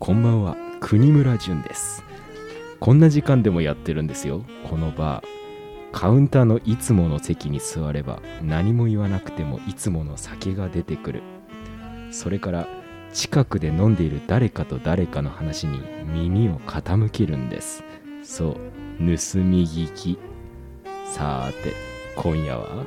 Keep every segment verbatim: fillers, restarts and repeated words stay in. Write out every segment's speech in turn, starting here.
こんばんは、国村淳です。こんな時間でもやってるんですよ、このバー。カウンターのいつもの席に座れば何も言わなくてもいつもの酒が出てくる。それから近くで飲んでいる誰かと誰かの話に耳を傾けるんです。そう、盗み聞き。さーて、今夜は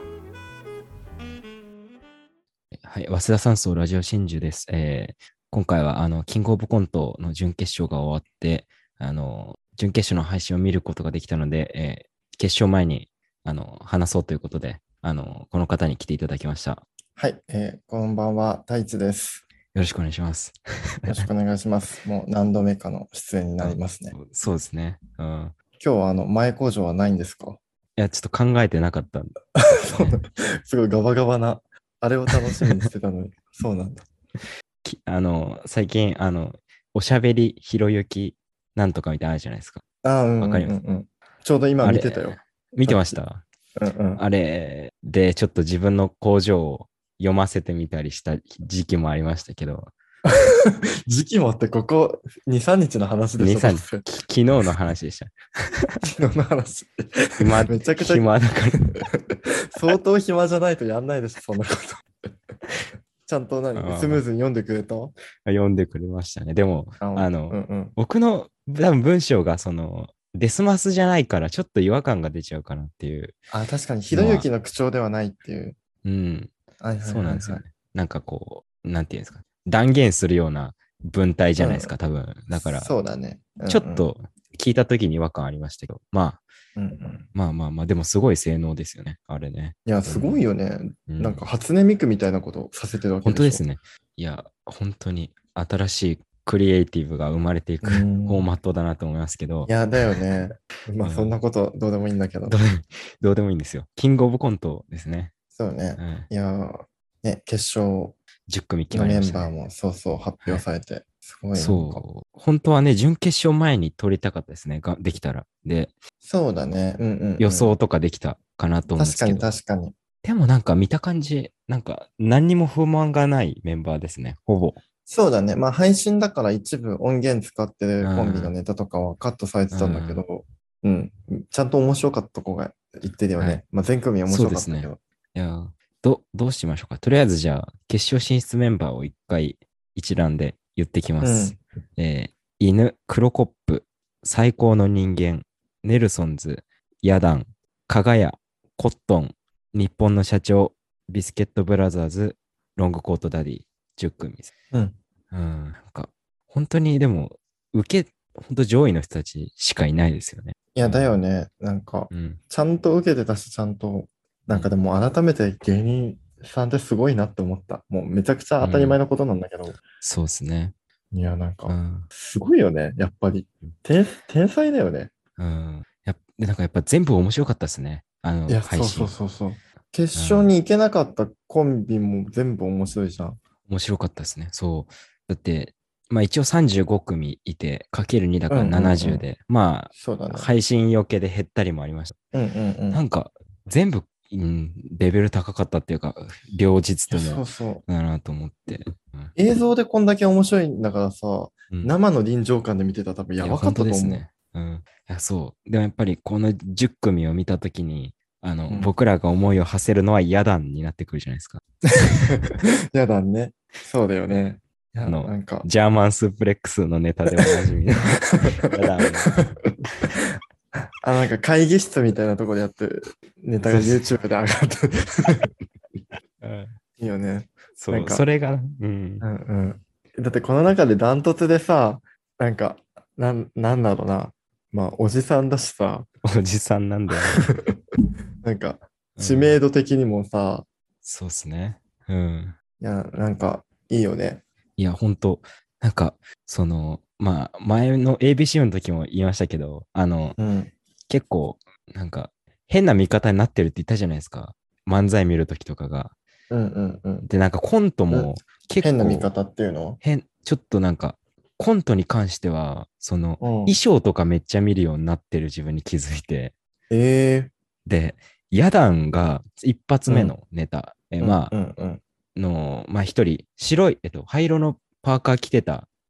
はい、早稲田山荘ラジオ真珠です。えー今回はあのキングオブコントの準決勝が終わって、あの準決勝の配信を見ることができたので、えー決勝前にあの話そうということで、あのこの方に来ていただきました。 はい、えーこんばんは、太一です。 よろしくお願いします。 よろしくお願いします。もう何度目かの出演になありますね。 そうですね。うん。 今日はあの前工場はないんですか？ いや、ちょっと考えてなかったんですよそうなね。 んすごいガバガバな、あれを楽しみにしてたのに、そうなんだ。 きあの最近、あのおしゃべりひろゆきなんとかみたいなのあるじゃないですか。 あー、うんうわかります？ んうんうん。ちょうど今あれ、 見てたよ、 見てましさっき。 た？ うんうん。 あれでちょっと自分の工場を読ませてみたりした時期もありましたけど、 時期もってここに、さんにちの話でしに、 ょ、どさん、 うせ。 き昨日の話でした。 昨日の話。 暇、 めちゃくちゃ暇だから相当暇じゃないとやんないでしょ、そんなこと。ちゃんと何スムーあズに読んでくれた？ 読んでくれましたね。でも、 あ、うんあの、 うん。 僕の多分文章がその、デスマスじゃないからちょっと違和感が出ちゃうかなっていうあ、確かに、ひろのは、 ゆきの口調ではないっていう。 うん、 はいはいそうなんはいはい。 ですよね。なんかこう、なんていうんですか、断言するような文体じうん。 ゃないですか、多分。だから、 そうだね。うんうん。 ちょっと聞いた時に違和感ありましたけど、まあ、 うんうん。 まあまあまあ、でもすごい性能ですよね、あれね。 いや、すごいうん。 よね。なんかうん。 初音ミクみたいなことをさせてるわけでしょ。 本当ですね。いや、本当に新しいクリエイティブが生まれていうくフォーん。 マットだなと思いますけど、 いや、だよね。まあ、そんうん、 なことどうでもいいんだけど。 どうでもどうでもいいんですよ。キングオブコントですね。 そうね。 うん、 いやー、ね、決勝じゅっ組決のまりましたね。 メンバーもそうそう発はい。 表されて、すごいなんか。 そう。本当はね、準決勝前に撮りたかったですね。ができたら。で、 そうだね。うんうん予うん。 想とかできたかなと思うんで確かにすけど。 確かに。 でもなんか見た感じ、なんか何にも不満がないメンバーですね。ほぼ。 そうだね。まあ配信だから一部音源使ってうるコンビのん。 ネタとかはカットされてうたんだけん。 ど、うん。ちゃんと面白かった子が言ってるよはい。 ね。まあ全組面そうですね。 白かったけど。 いや、ど、どうしましょうか。とりあえずじゃあ、決勝進出メンバーを一回一覧で言ってきます。 うん。 えー犬、クロコップ、最高の人間、ネルソンズ、ヤダン、カガヤ、コットン、日本の社長、ビスケットブラザーズ、ロングコートダディ、じゅっ組です。 うん。 うん、なんか、本当にでも、受け、本当上位の人たちしかいないですよね。 いや、だようん、 ね。なんか、 うん、 ちゃんと受けてたし、ちゃんと、なんかうん、 でも改めて芸人さんってすごいなって思った。もうめちゃくちゃ当たり前うん、 のことなんだけど。 そうですね。 いや、なんか、 うん。 すごいよね。やっぱり。天、天才だよね。 うん。やっで、なんかやっぱ全部面白かったですね。あの、 いや、そうそう配信。 そうそう。決勝うん。 に行けなかったコンビも全部面白いじゃん。 面白かったですね。そう。だって、まあ一応さんじゅうご組いて、かけるにだからうんうんうん。 ななじゅうで、まあ、 そうだね。 配信余計で減ったりもありました。 うんうんうん。 なんか、全部、うん、レベル高かったっていうか、両日いや、 とも、 そうそう。 だなと思って。うん。 映像でこんだけ面白いんだからさ、 うん。 生の臨場感で見てたら多分いや、 やばか本ったと思う。 当ですね。うん。いや、そう。でもやっぱりこのじゅっ組を見たときに、あの、 うん。 僕らが思いを馳せるのは嫌だになってくるじゃないですか。 やだね。そうだよね。いや、 あの、 なんかジャーマンスープレックスのネタでおなじみのやだみたいな。 あ、なんか会議室みたいなところでやってるネタがそうそう。 YouTube で上がってる。 うん、 いいよね。なそう、そんか、 れが、うん。 うんうん。だってこの中でダントツでさ、なんか、なん、なんだろうな。まあ、おじさんだしさ、 おじさんなんだよな。 なんか、知名うん。 度的にもさ、 そうっすね。うん。 いや、なんか、いいよね。 いや、ほんと、なんか、その、まあ、前の エービーシー の時も言いましたけど、あの、 うん。 結構、なんか、変な見方になってるって言ったじゃないですか。漫才見る時とかが。 うんうんうん。 で、なんかコントうんも結構変な見方っていうの？ 変、ちょっとなんか、コントに関しては、その、 うん。 衣装とかめっちゃ見るようになってる自分に気づいて、 ええで、ヤダンが一発うん。 目のネタ、えうんまうんうん。 あ、の、まあ一人、白い、えっと、灰色のパーカー着てた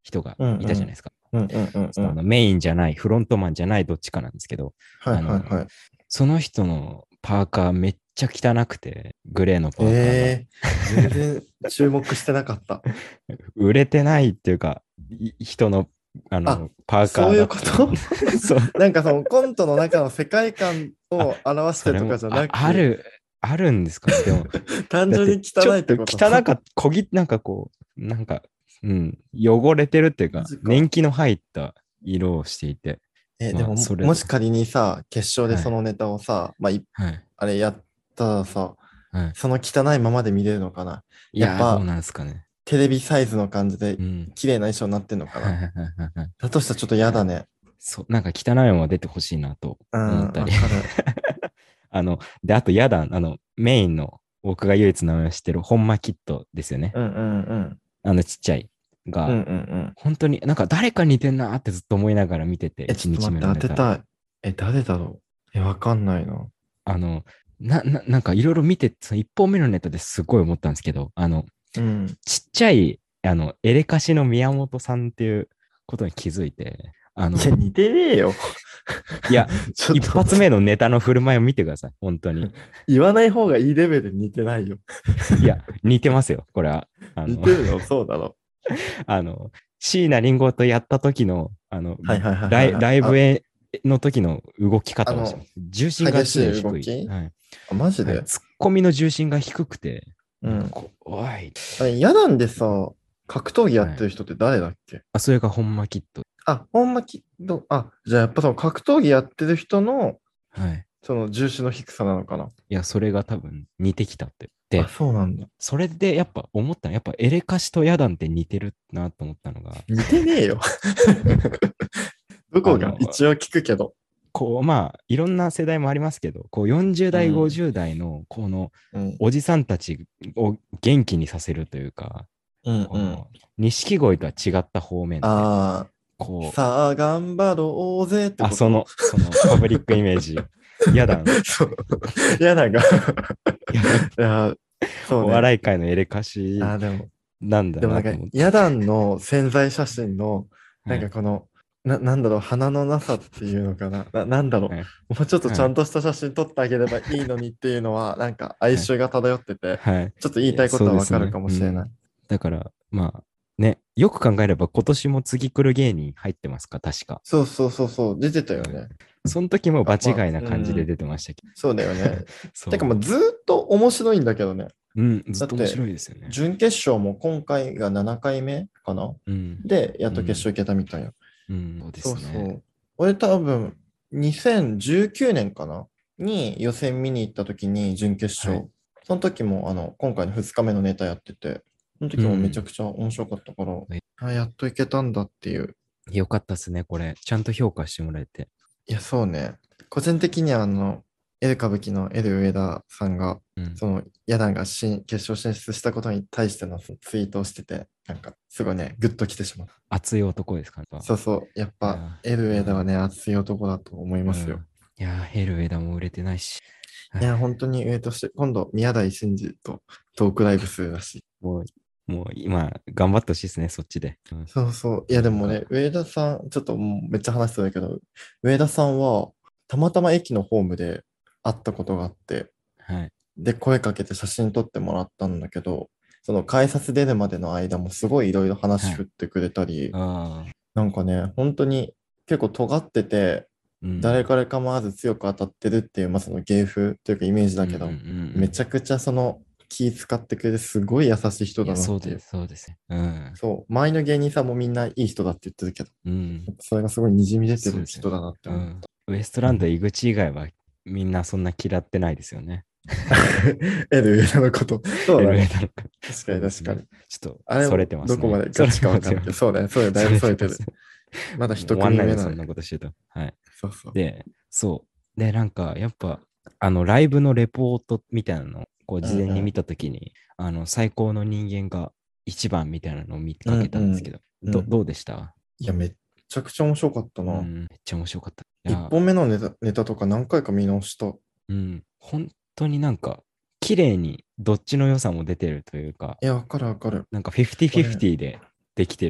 人がうんうんいたじゃないですか。 うんうんうんうん。 あのメインじゃない、フロントマンじゃないどっちかなんですけど、 はいはいあのはい。 その人のパーカーめっちゃ汚くて、グレーのパーカーが。 ええー、全然注目してなかった。 売れてないっていうか、い人の、ああ、 の、パーカそういうこーだった。 と？ そう。 なんかそのコントの中の世界観あ、 を表してそれも、 るとかじゃあ、 なく、 ある、あるんですかね。でも、 単純にだって、ちょっと汚いってこと？ 汚かった、こぎ、なんかこう、なんか、うん、汚れてるっていうか、 マジか。 年季の入った色をしていて、 え、でまあ、 も、 それで、 もし仮にさ、決勝ではい、 そのネタをさ、まあ、いはい、 あれやったらさ、 はい。 その汚いままで見れるのかな？ いやー、どうやっぱ、 なんですかね。 テレビサイズの感じで、 うん。 綺麗な衣装になってんのかな？ はいはいはいはいはい。 だとしたらちょっといや、 嫌だね。 そう、なんか汚いまま出てほしいなとうん、 思ったり。 わかる。 あの、で、あと、やだ、あの、メインの、僕が唯一名前を知ってる、本間キットですよね。 うんうんうん。 あの、ちっちゃいが、 うんうんうん。 本当になんか誰か似てんなってずっと思いながら見てて、 え、ち 1日ょっと待って、 目のネタ。 当てたい。え、誰だろう？え、わかんないな。 あの、な、な、なんかいろいろ見て、そのいっぽんめのネタですごい思ったんですけど、あの、 うん。 ちっちゃい、あの、エレカシの宮本さんっていうことに気づいて、あいや、 の、 似てねえよ。 いや、 ちょっ一と待って。 発目のネタの振る舞いを見てください、本当に。 言わない方がいいレベルで似てないよ。 いや、似てますよ、これは。あの、 似てるの？そうだろ。 あの、椎名林檎とやった時の、あの、 はいはいはいライ、 はいはい。 ライブあ、 への時の動きあの、 方をしてます。重心が激し常に低い。 い動き？ はい。 あ、マジはい。 で？ ツッコミの重心が低くて、 うん。 なんかこう、おい。 あれ、ヤダンでさ、格闘技やはい。 ってる人って誰だっけ？ あ、それが本間キット。 あ、ほんまきど、あ、じゃあやっぱその格闘技やってる人の、 はい。 その重心の低さなのかな？ いや、それが多分似てきたって。 あ、 で、 そうなんだ。 それでやっぱ思ったの、やっぱエレカシとヤダンって似てるなと思ったのが、 似てねえよ。どこが？ あの、 一応聞くけど。 こう、まあ、いろんな世代もありますけど、こうよんじゅう代、 うん。 ごじゅう代の、この、 うん。 おじさんたちを元気にさせるというか、 うんうん。 この、錦鯉とは違った方面で、 ああ、 こう、 さあ頑張ろうぜってあ、 こと？ その、その、パブリックイメージ、ヤダン、 そう。いや、なんかヤダン、 いや、そうおね。 笑い界のエレカシあー、でも、 なんだでもなんか、 なと思って。 ヤダンの宣材写真の、なんかはい。 この、な、なんだろう、鼻のなさっていうのかな。な、なんだろはい。 う。もうちょっとちはい。 ゃんとした写真撮ってあげればいいのにっていうのは、なんか哀はい。 愁が漂ってて、 はい。 ちょっと言いたいや、 いことそうですね。 はわかるかもうん。 しれない。 だから、まあ、ね、よく考えれば今年も次来る芸人入ってますか、確か。 そうそうそうそう、出てたよはい。 ね。 その時も場あ、まあ、 違いなうん、 感じで出てましたけそうだよね。 ど。そてかもうずーっと面白いんだけどね。 う。うん、ずっと面だって、 白いですよね。 準決勝も今回がななかいめかな？ うん。 で、やっうん。 と決勝行けたみたいよ。 うん、そうでそうすね。 そう。俺多分、にせんじゅうきゅうねんかなに予選見に行った時に準決はい。 勝。その時も、あの、今回のふつかめのネタやってて、その時もめちゃうん。 くちゃ面白かったから、 えあ、やっと行けたんだっていう。 よかったっすね、これ。ちゃんと評価してもらえて。 いや、そうね。個人的には、あの、エル歌舞伎のエル上田さんが、 うん。 その、ヤダンがし決勝進出したことに対してのツイートをしてて、なんか、すごいね、グッと来てしまった。 熱い男ですかね。 そうそう。やっぱ、 いや、 エルいや、 上田はね、熱い男だと思いますよ。 うん。いや、ヘルウェダも売れてないし。はいや、 い。 本当に上として、今度、宮台真司とトークライブするらしい。 もう、もう今、頑張ってほしいですね、そっちで。うん。 そうそう。いや、 なんか、 でもね、上田さん、ちょっともうめっちゃ話してたけど、上田さんは、たまたま駅のホームで会ったことがあって、 はい。 で、声かけて写真撮ってもらったんだけど、その改札出るまでの間もすごいいろいろ話はい。 振ってくれたり、 ああ、 なんかね、本当に結構尖ってて、 うん。 誰から構わず強く当たってるっていう、まあ、その芸風というかイメージうんうんうんだけど、 うん。 めちゃくちゃその気使ってくれてすごい優しい人いや、 だなっていう。 そうです、そうですね。うん。 そう、周りの芸人さんもみんないい人だって言ってるけど、 うん。 それがすごい滲み出てそうですよね。 る人だなって思う。 うん。ウエストランドうん。 井口以外はみんなそんな嫌ってないですよね。 エル上田のこと。そうだね。 エルエー なんか、 確かそうですね。 に確かに。 ちょっと、それあれもてますね。 どこまでそれガチかてますよ。 わかんないけど、そうだね。そうだね。だいそぶそれてる。 れてます。 まだもう一終わんないです、 組目なのよ。 そんなことしてると。はい。 そうそう。 で、そう。で、なんか、やっぱ、あの、ライブのレポートみたいなのを、こう、 うんうん。 事前に見たときに、あの、最高の人間が一番みたいなのを見かけうんうたんですけど、ど、 んうん。 どうでした？ いや、めっちゃくちゃ面白かったな。 うん、めっちゃ面白かった。い一や、 本目のネタ、ネタとか何回か見直した。 うん、本当になんか、綺麗にどっちの良さも出てるというか、 いや、わかるわかる。 なんかフィフティフィフ俺、 ティでできてる。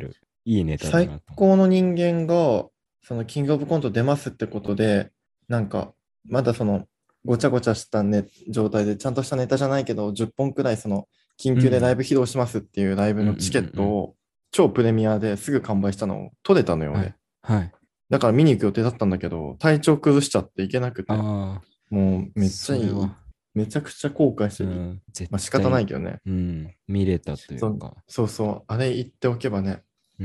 いいネタだ最なと思高の人間が、そのキングオブコント出ますってことで、なんか、まだその、ごちゃごちゃした、ね、状態で、ちゃんとしたネタじゃないけど、じゅっぽんくらい、その、緊う。う急でライん。 ブ披露しますっていうライブうんうんのチケッうんうん。 トを、超プレミアですぐ完売したのを取れたのよ、俺。 はい。はい。 だから見に行く予定だったんだけど、体調崩しちゃって行けなくて、 ああ、 もうめっちゃいい、 それは、 めちゃくちゃ後悔してる。 うん、絶まあ仕方な対、 いけどね。 うん、見れたといそう、 うか、 そうそう、あれ言っておけばね、 うん、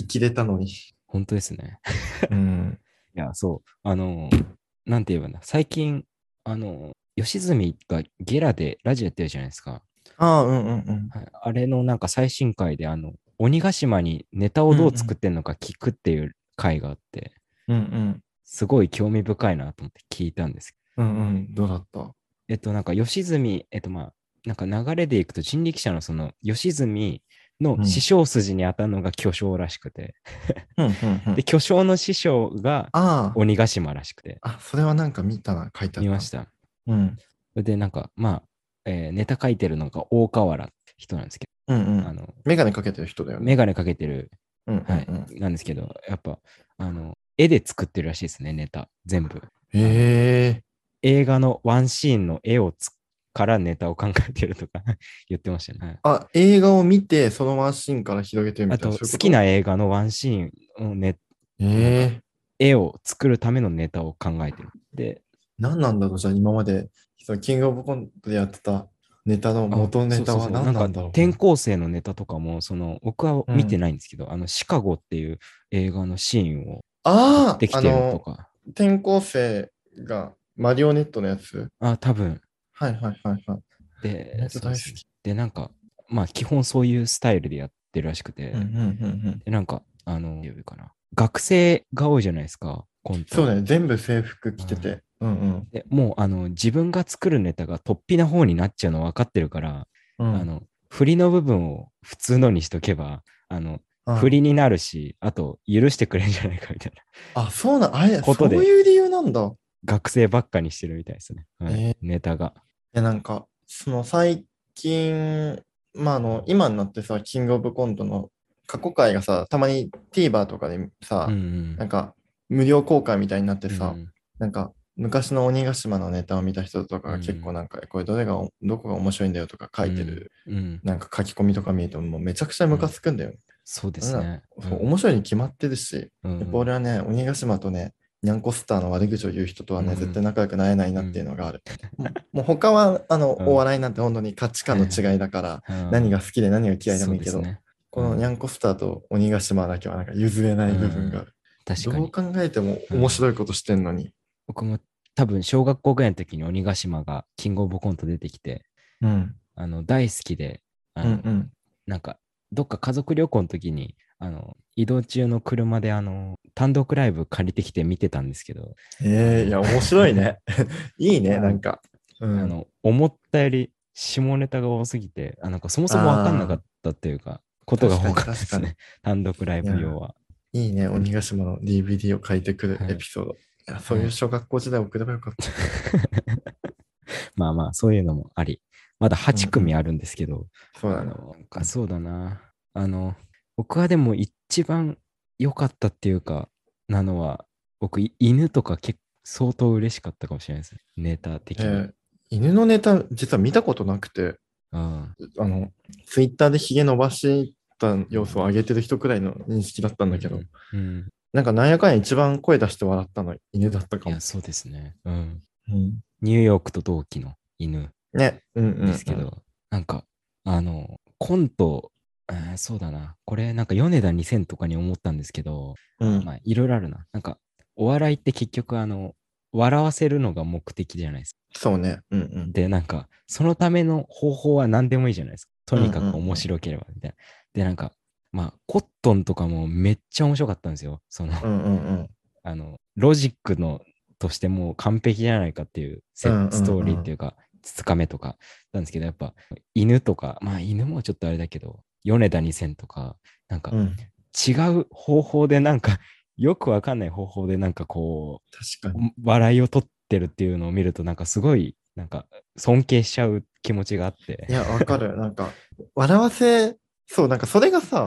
生きれたのに。 本当ですね。 うん。 いや、そう、あの、なんて言えばな、最近、あの、吉住がゲラでラジオやってるじゃないですか。 ああ、うんうんうん。 はい、あれのなんか最新回で、あの、鬼ヶ島にネタをどう作っうんうん。 てんのか聞くっていう回があって、 うんうん。 すごい興味深いなと思って聞いたんです。 うんうん。どうだった？ えっと、なんか吉住、えっと、まあ、なんか流れでいくと人力車のその吉住の師うん。 匠筋に当たるのが巨匠らしくて、 うんうんうで、 ん。 巨匠の師匠があ鬼ヶ島らしくて、 あ、あ、それはなんか見たな、書いてあった。 見ました。 うん。 で、なんか、まあ、えーネタ書いてるのが大河原って人なんですけうんうど、あん。 の、 メガネかけてる人だよね。 メガネかけてる、 うんはい、 うんなんですけど、やっぱ、あの、絵で作ってるらしいですね、ネタ、全部。 うん。 あの、 へえ。 映画のワンシーンの絵をつからネタを考えてるとか言ってましたね。はい、 あ、映画を見て、そのワンシーンから広げてるみたいな、 あと、 そういうこと？ 好きな映画のワンシーンをね、 えなんか、 え。 絵を作るためのネタを考えてる。で、 何なんだろう、じゃあ今まで、そのキングオブコントでやってたネタのあ、 元ネタはそうそうそう。なんか何なんだろうな。 転校生のネタとかも、その僕は見てうん。 ないんですけど、あのシカゴっていう映画のシーンを持っああ、 てきてるとあの、 か、 転校生がマリオネットのやつ。 あ、多分。 はいはいはいはい。 で、 めっちゃそうですね。 大好き。 で、なんか、まあ基本そういうスタイルでやってるらしくて、 うんうんうんうん。 で、なんか、あの、言うかな。学生が多いじゃないですか、コント。 そうだね。全部制服うん、 着てて。うんで、もう、あの、自分が作るネタが突飛な方になっちゃうの分かってるから、 うん。うん。 あの、振りの部分を普通のにしとけば、あの、振ありになるし、あと、許してくれるんじゃないかみたいなあ、そうな、あれ、 ことで、 そういう理由なんだ。 学生ばっかにしてるみたいですね。はい。 えー、いネタが。 や、なんか、その最近、まあ、あの、今になってさ、キングオブコントの過去回がさ、たまに TVer とかでうんうさ、なん。 んか、無料公開みたいになってさ、 うんなんか、昔の鬼ヶ島のネタを見た人とかが結構うん。 なんか、これどれがお、どこが面白いんだよとか書うんいてる、 うん。 なんか書き込みとか見ると、もうめちゃくちゃムカうん。 つくんだよ。 そうでなんだすね。うそう、 ん。 面白いに決まってるし、やっぱうん俺はね、鬼ヶ島とね、ニャンコスターの悪口を言う人とはね、絶対うん。 仲良くなれないなっていううん。 のがある。もうもう他は、あの、 うん。 お笑いなんて本当に価値観のはいはい。 違いだから、 うん。 何が好きで何が嫌いでそもいいけど、 うですね。 このニャうん。 ンコスターと鬼ヶ島だけはなんか譲れなうい部分があん。 る。 確かに。 どう考えても面うん。 白いことしてんのに。 僕も多分小学校ぐらいの時に鬼ヶ島がキングオブコント出てきて、 うん。 あの、大好きで、あの、 うんうん。 なんか、どっか家族旅行の時に、あの、移動中の車で、あの、単独ライブ借りてきて見てたんですけど、あええ、いの、 や、面白いね。いいね、なもう、 んか。うん。 あの、思ったより下ネタが多すぎて、あ、なんかそもそもわかんなかああ、 ったっていうか、ことが確かに多かったで確かに。 すね。単独ライいや、 ブ用は。 いいね、鬼ヶ島の ディーブイディー を書いてくるはい。 エピソード。いや、そういうはい。 小学校時代送ればよかった。 まあまあ、そういうのもあり。まだはちうんうん。 組あるんですけど、 そうだな。 あの、なんかそうだな。あの、僕はでも一番良かったっていうか、なのは、僕、い犬とか結構相当嬉しかったかもしれないですね。ネタ的に。 えー犬のネタ、実は見たことなくて、 ああ、 あの、ツイッターでヒゲ伸ばした様子を上げてる人くらいの認識だったんだけど、 うん、うん。 なんかなんやかんや一番声出して笑ったのは犬だったいや、 かも。 そうですね。うん。 うん。 ニューヨークと同期の犬ね。うんうんうん。 ですけど、なんか、あの、コント、えーそうだな。これ、なんか、米田にせんとかに思ったんですけど、 うん。 まあ、いろいろあるな。なんか、お笑いって結局、あの、笑わせるのが目的じゃないですか。 そうね。うんうん。 で、なんか、そのための方法は何でもいいじゃないですか。とうんうにかく面ん白ければ、みたいな。で、なんか、まあ、コットンとかもめっちゃ面白かったんですよ。その、 うん。うんうんうん。 あの、ロジックのとしてもう完璧じゃないかっていうセうんうストーリーんうん。 っていうか、つつかめとかなんですけど、やっぱ犬とか、まあ犬もちょっとあれだけど、米田にせんとか、なんかうん。 違う方法でなんか、よくわかんない方法でなんかこう、 確かに。 笑いを取ってるっていうのを見ると、なんかすごい、なんか尊敬しちゃう気持ちがあって。 いや、わかる。なんか、笑わせ、そう、なんかそれがさ、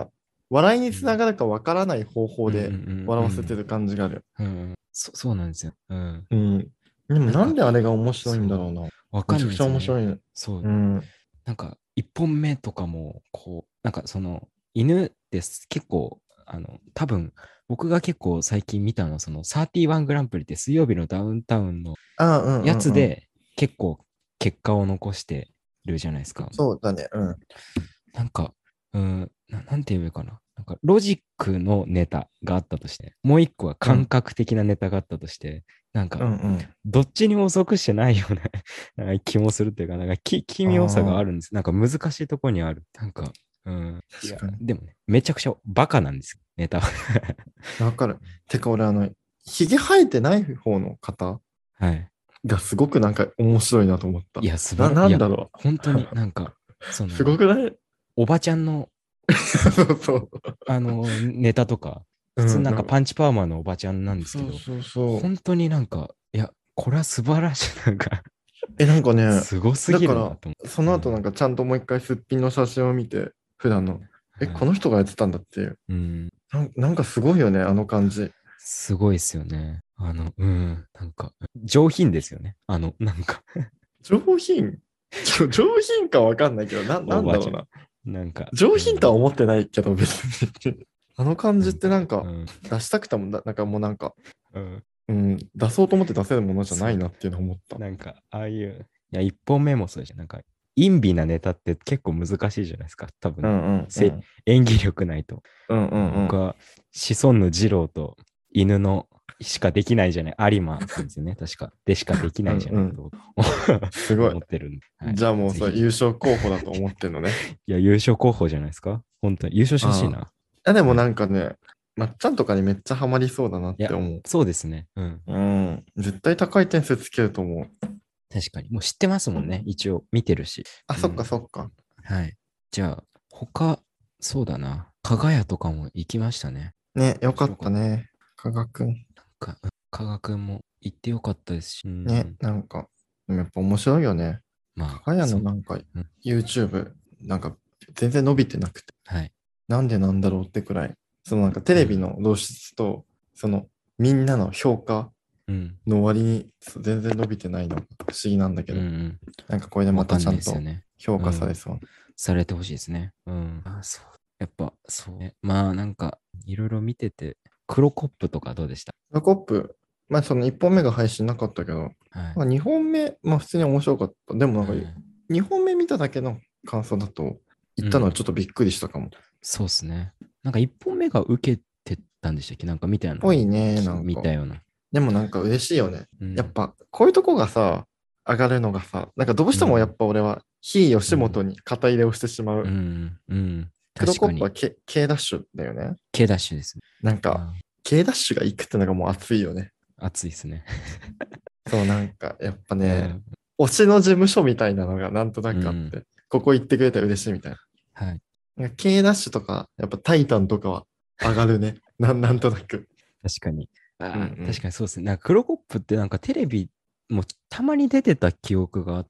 笑いにつながるかわからない方法でうんうんうんうん笑わせてる感じがある。 うんうんそ、そうなんですよ。うん。 うん。でもなんか、 なんであれが面白いんだそう、 ろうな。 わかんめちゃくちゃないですよね。 面白いね。 そう。 うん。 なんか、一本目とかも、こう、なんかその、犬です結構、あの、多分、僕が結構最近見たのは、その、サーティワングランプリって水曜日のダウンタウンのああ、うんうやんうん。 つで、結構、結果を残してるじゃないですか。 そうだね。うん。 なんか、うん、な、なんて言えばいいかな。なんか、ロジックのネタがあったとして、もう一個は感うん覚的なネタがあったとして、なんか、 うんうん。 どっちにも属してないようななんか気もするっていうか、なんかき奇妙さがああるんです。なんか難しいところにある。なんか、うん。 あ、 いや、 確かに。 でもね、めちゃくちゃバカなんですよ、ネタは。 わかる。てか俺、あの、ひげ生えてない方の方はい。 がすごくなんか面白いなと思った。 いや、素な、 晴ら、いや、 なんだろ本当にう。 なんか、そすごの、 くない？ おばちゃんの、 そうそう。 あの、ネタとか、普通うん、なんか、 なんかパンチパーマのおばちゃんなんですけど、 そうそうそう。 本当になんか、いや、これは素晴らしい、なんか、 え、なんかね、 すごすだから、 ぎるなと思そう。うの後なんん。 かちゃんともう一回すっぴんの写真を見て、普段の、え、 はい。 この人がやってたんだっていう。 うん。 なん、なんかすごいよね、あの感じ。 すごいですよね。あの、うん。なんか、上品ですよね。あの、なんか上品ちょ上品かわかんないけど、な、なおばあちゃん。 んだろうな。 なんか、 上うん。 品とは思ってないけど、別に。あの感じっなんか、 てなんか、 うん。 出したくてもだ、なんかもうなんか、 うん。 うん、出そうと思って出せるものじゃなそう。 いなっていうのを思った。 なんか、ああいう、いや、一本目もそうじゃん。なんか、陰微なネタって結構難しいじゃないですか。多分、 うんうんうせん。 演技力ないと。 うんうんうん。 僕は、シソンヌ二郎と犬のしかできないじゃない。有馬さんですよね。確か。でしかできうないじゃないかんうん。 とすごい。 思ってるんで。はい。 じゃあもうさ、 ぜひ。 優勝候補だと思ってんのね。 いや、優勝候補じゃないですか。本当に。優勝してほしいああ。 な。 あ、でもなはい。 んかね、まっちゃんとかにめっちゃハマりそうだなっいや、 て思う。 そうですね。うん。 うん。絶対高い点数つけると思う。 確かに。もう知ってますもんね。一応見てるし。 あ、そっかうん。 そっか。 はい。じゃあ、他、そうだな。加賀屋とかも行きましたね。 ね、よかっ面白かった。 たね。加賀くん。 なんか、うん加賀くんも行ってよかったですし。うね、 ん。 なんか、でもやっぱ面白いよね。加まあ、 賀屋のそう。 なんかうん。 YouTube、なんか全然伸びてなくて、 はい。 なんでなんだろうってくらい、そのなんかテレビうん。 の露出と、そのみんなの評価うん。 の割にそう全然伸びてないのが不思議なんだけど、 うんうん。 なんかこれでまたわかんないちゃんとですよね。 評うん。 価されそう。 されてほしいですね。うん。あ、そう。やっぱ、そうね。まあ、なんか、いろいろ見てて、クロコップとかどうでした？ ラコップ、まあそのいっぽんめが配信なかったけど、 はい。 まあ、にほんめ、まあ普通に面白かった。でもなんかはい。 にほんめ見ただけの感想だと、言ったのはうん。 ちょっとびっくりしたかも。 そうっすね。なんか一本目が受けてたんでしたっけ？なんか見たような、 ぽいね、 きなんか。 見たような。 でもなんか嬉しいよね。 うん。 やっぱこういうとこがさ、上がるのがさ、なんかどうしてもやっうん。 ぱ俺は非うん。 吉本に肩入れをしてしまうう。 ん。うん。 クロ確かに。 コップは K, K ダッシュだよね。 K ダッシュですね。 なんかいや、 K ダッシュが行くってのがもう熱いよね。 熱いですね。 そうなんかやっぱね、 いや、 推しの事務所みたいなのがなんとなうん。 くあって、ここ行ってくれたら嬉しいみたいな。 はい。 なんか K ダッシュとか、やっぱタイタンとかは上がるね。な、なんとなく。 確かに。 うんうああ、確ん。 かにそうですね。なんかクロコップってなんかテレビもたまに出てた記憶があって、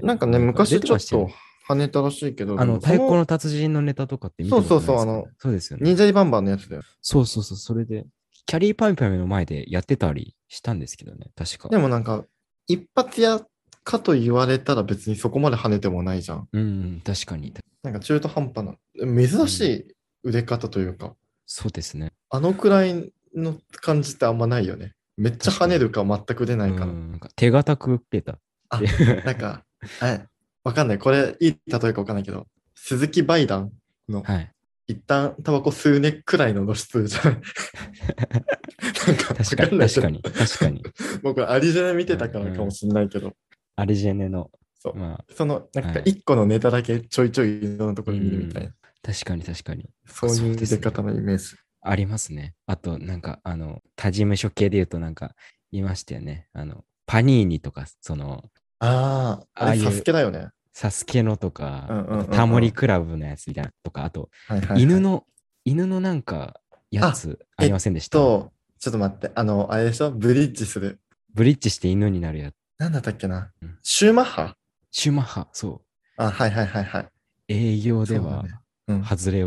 なんかね、 なんか出昔ちょっとてましたよね。 跳ねたらしいけど、であの、 もその、 太鼓の達人のネタとかって見たこそうそうそう、 とないですかね。 あの、 そうですよね。 忍者リバンバンのやつだよ。 そうそうそう、それで、キャリーパミュパミュの前でやってたりしたんですけどね、確か。 でもなんか、一発屋かと言われたら別にそこまで跳ねてもないじゃん。 うん、確かに。 なんか中途半端な、珍しうん、 い腕方というか、 そうですね。 あのくらいの感じってあんまないよね。めっちゃ確かに。 跳ねるか全く出ないかの。 うん、なんか手堅く受けたっあ、 て。 なんか、え、わかんない。これいい例えかわかんないけど、鈴木梅壇のはい。 一旦タバコ吸うねくらいの露出じゃない。なんかわ確かに、 かんないけど、 確かに、確かに。 僕はアリジェネ見うん、 てたからかもうん。 しれないけど、 アリジェネの、 そまう。その、なあ、 んかはい。 一個のネタだけちょいちょいいろんなとこうろで見るみたいな、 ん、確かに、確かに。 そうそういう出方ですね。 のイメージ。 ありますね。あと、なんか、あの、他事務所系で言うと、なんか、いましたよね。あの、パニーニとか、その、 ああ、あれサスああいうケだよね。 サスケのとか、 うんうんあとうんうん。 タモリクラブのやつみたいなとか、あと、 はいはいはい。 犬の、犬のなんか、やあ、 つありまえっせんでした？ と、ちょっと待って。あの、あれでしょブリッジする。 ブリッジして犬になるやつ。 なんだったっけな。 うんシューマッハ。 シュマッハ、そう。 あ、はいはいはいはい。 営業では、 そうだね。うん。 外れを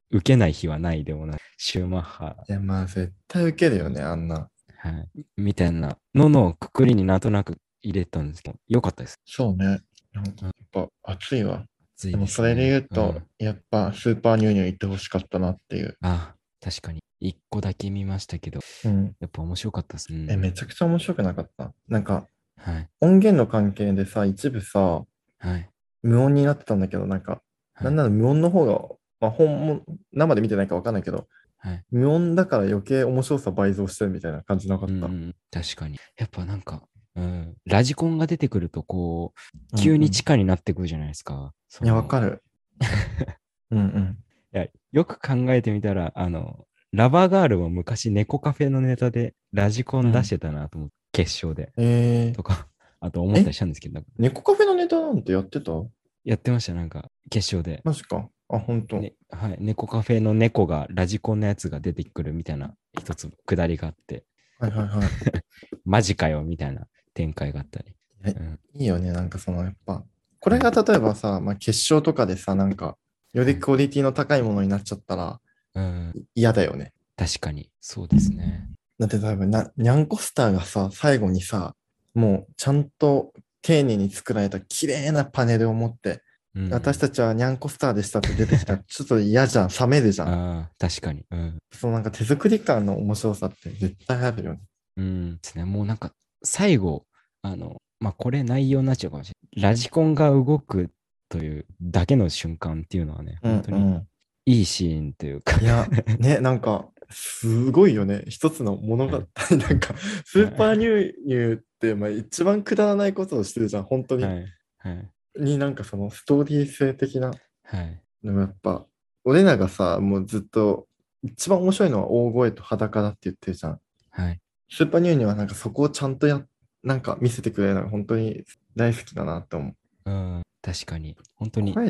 受けない日はないでもない。シューマッハ、 いや、まあ絶対受けるよね、あんな。 はい、みたいなののくくりになんとなく入れたんですけど、よかったです。 そうね。なんかやっぱ熱いわ。 暑いでもそれでですね。 言うと、 うん。 やっぱスーパーニューニュー行ってほしかったなっていう。 あ、確かに。一個だけ見ましたけど、 うん。 やっぱ面白かったです。うえ、めん。 ちゃくちゃ面白くなかった。なんかはい。 音源の関係でさ、一部さ、 はい。 無音になってたんだけど、なんか、 はい。 なんなら無音の方が、まあ、本も生で見てないかわかんないけど、 はい。 無音だから余計面白さ倍増してるみたいな感じなかった。 うんうん。確かに。やっぱなんか、うん、ラジコンが出てくると、こう、急に地うんうん。 下になってくるじゃないですか。そいや、わの、 かる。うんうん。 いや、よく考えてみたら、あの、ラバーガールも昔猫カフェのネタでラジコン出しうん。 てたなと思って、決勝で。 えとか、あと思ー、 ったりえ、 したんですけど、 猫カフェのネタなんてやってた？ やってました、なんか、決勝で。 マジか。あ、ほんと。 ね、はい、猫カフェの猫がラジコンのやつが出てくるみたいな一つくだりがあって、 はいはいはい。 マジかよみたいな展開があったり。 いや、 うん。 いいよね。なんかその、やっぱ、これがはい。 例えばさ、まあ、決勝とかでさ、なんか、よはい。 りクオリティの高いものになっちゃったらうん。 い嫌だよね。 確かに。そうですね。 だって多分な、ニャンコスターがさ、最後にさ、もうちゃんと丁寧に作られた綺麗なパネルを持って、 うん。 私たちはニャンコスターでしたって出てきたら、ちょっと嫌じゃん、冷めるじゃん。 ああ、確かに。うん。 そのなんか手作り感の面白さって絶対あるよね。 うんですね。もうなんか、最後、あの、まあ、これ内容になっちゃうかもしれない。ラジコンが動くというだけの瞬間っていうのはね、 うん本当にうん。 いいシーンというか。 いや、ね、なんか、すごいよね。一つの物語。 はい。 なんか、スーパーニューニューって、まあ、一番くだらないことをしてるじゃん、本当に。 はい。はい。 になんかそのストーリー性的な。 はい。 でもやっぱ、俺らがさ、もうずっと、一番面白いのは大声と裸だって言ってるじゃん。 はい。 スーパーニューニューはなんかそこをちゃんとや、なんか見せてくれるのが本当に大好きだなって思う。 うん、確かに。本当に声って、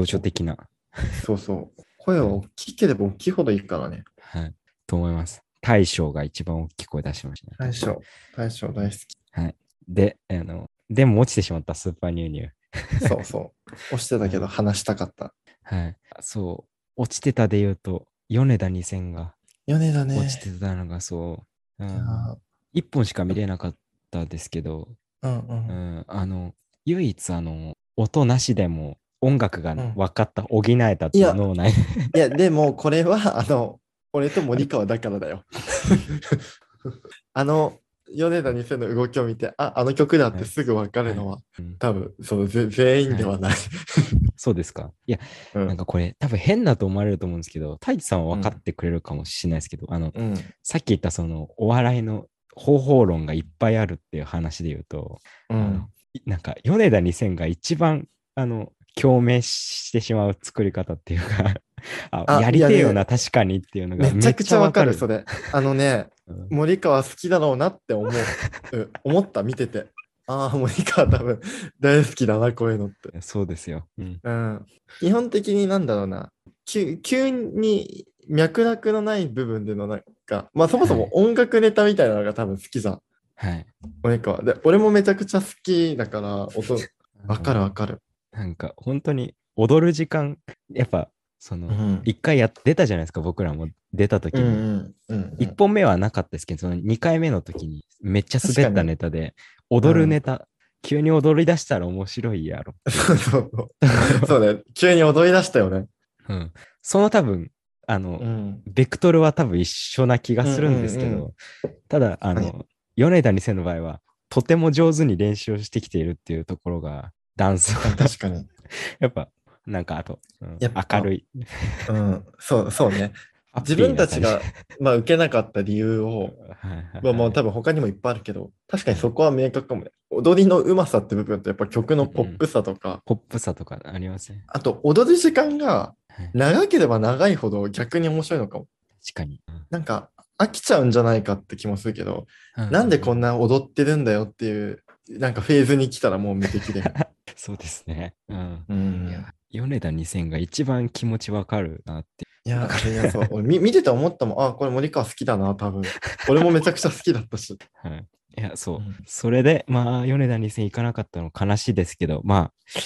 情緒お的な。 そうそう。声うん、 は大きければ大きいほどいいからね。 はい。と思います。大将が一番大きい声出しましたね。多分。 大将、大将大好き。 はい。で、あの、でも落ちてしまったスーパーニューニュー。 そうそう。押してたけど話したかった。 はい。そう。落ちてたで言うと、米田にせんが米だ落ちてね。 たのがそう、ういやん。 ー、 一本しか見れなかったですけど、 うんうん。 うん、あの、唯一あの、音なしでも音楽がうん。 分かった、補えたっていういや、 脳内。 いや、でもこれは、あの、俺と森川だからだよ。あの、米田にせんの動きを見て、あ、あの曲だっはい。 てすぐわかるはい。 のは、 うん。 多分、そのぜ全員はい。 ではない。 そうですか。いや、 うん、 なんかこれ、多分変だと思われると思うんですけど、太一さんは分かっうん、 てくれるかもしれないですけど、あの、 うん、 さっき言ったそのお笑いの方法論がいっぱいあるっていう話で言うと、あの、 うん。 いなんか米田にせんが一番、あの、共鳴してしまう作り方っていうか、あ、 あ、 やいやね、 りてえよな、確かにっていうのがめちゃくめっちちゃわかる、 ゃわかる。 それ。あのね、 うん、 森川好きだろうなって思う、う思った、見てて。ああ、森川多分大好きだな、こういうのって。 そうですよ。うん。 うん。基本的になんだろうな、急、急に脈絡のない部分でのなんか、まあそもそもはい。 音楽ネタみたいなのが多分好きじゃん、 はい。 森川。で、俺もめちゃくちゃ好きだから、音、わかるわうん、 かる。 なんか本当に踊る時間、やっぱそのうん。 一回や出たじゃないですか、僕らも出たうん時に。 うんうんう一ん。 本目はなかったですけど、その二回目の時にめっちゃ滑った確かに。 ネタで、 うん。 踊るネタ、急に踊り出したら面白いやろっていう。 そうそうそう。そうね。急に踊り出したよね。 うん、その多分、あの、 うん。 ベクトルは多分一緒な気がうんうするんですけんうん。 ど、ただ、あ確かに。 の、米田にせんの場合は、とても上手に練習をしてきているっていうところが、ダンス確かに確かに。 やっぱ、なんかあと、うん、 やっぱ、 明るい、 うん。そう、そうね。 ハッ自分ピーな感じ。 たちが、まあ、受けなかった理由を、 はいはいまあ、もうはい。 多分他にもいっぱいあるけど、確かにはい。 そこは明確かもね。踊りのうまさって部分と、やっぱ曲のうん。 ポップさとか、 ポップさとかありますね。 あと踊る時間がはい。 長ければ長いほど逆に面白いのかも。 確かに。うんなんか飽きちゃうんじゃないかって気もするけど、 うんうんうなんでこんん。 な踊ってるんだよっていう、なんかフェーズに来たらもう見てきれる。 そうですね。うん。 うん。 いや、米田にせんが一番気持ちわかるなって。 いや、 だかいや、そう。俺見、見てて思ったもん。あ、これ森川好きだな、多分。俺もめちゃくちゃ好きだったし。 ら、はい。いや、そう。 うん。 それで、まあ、米田にせん行かなかったの悲しいですけど、まあ、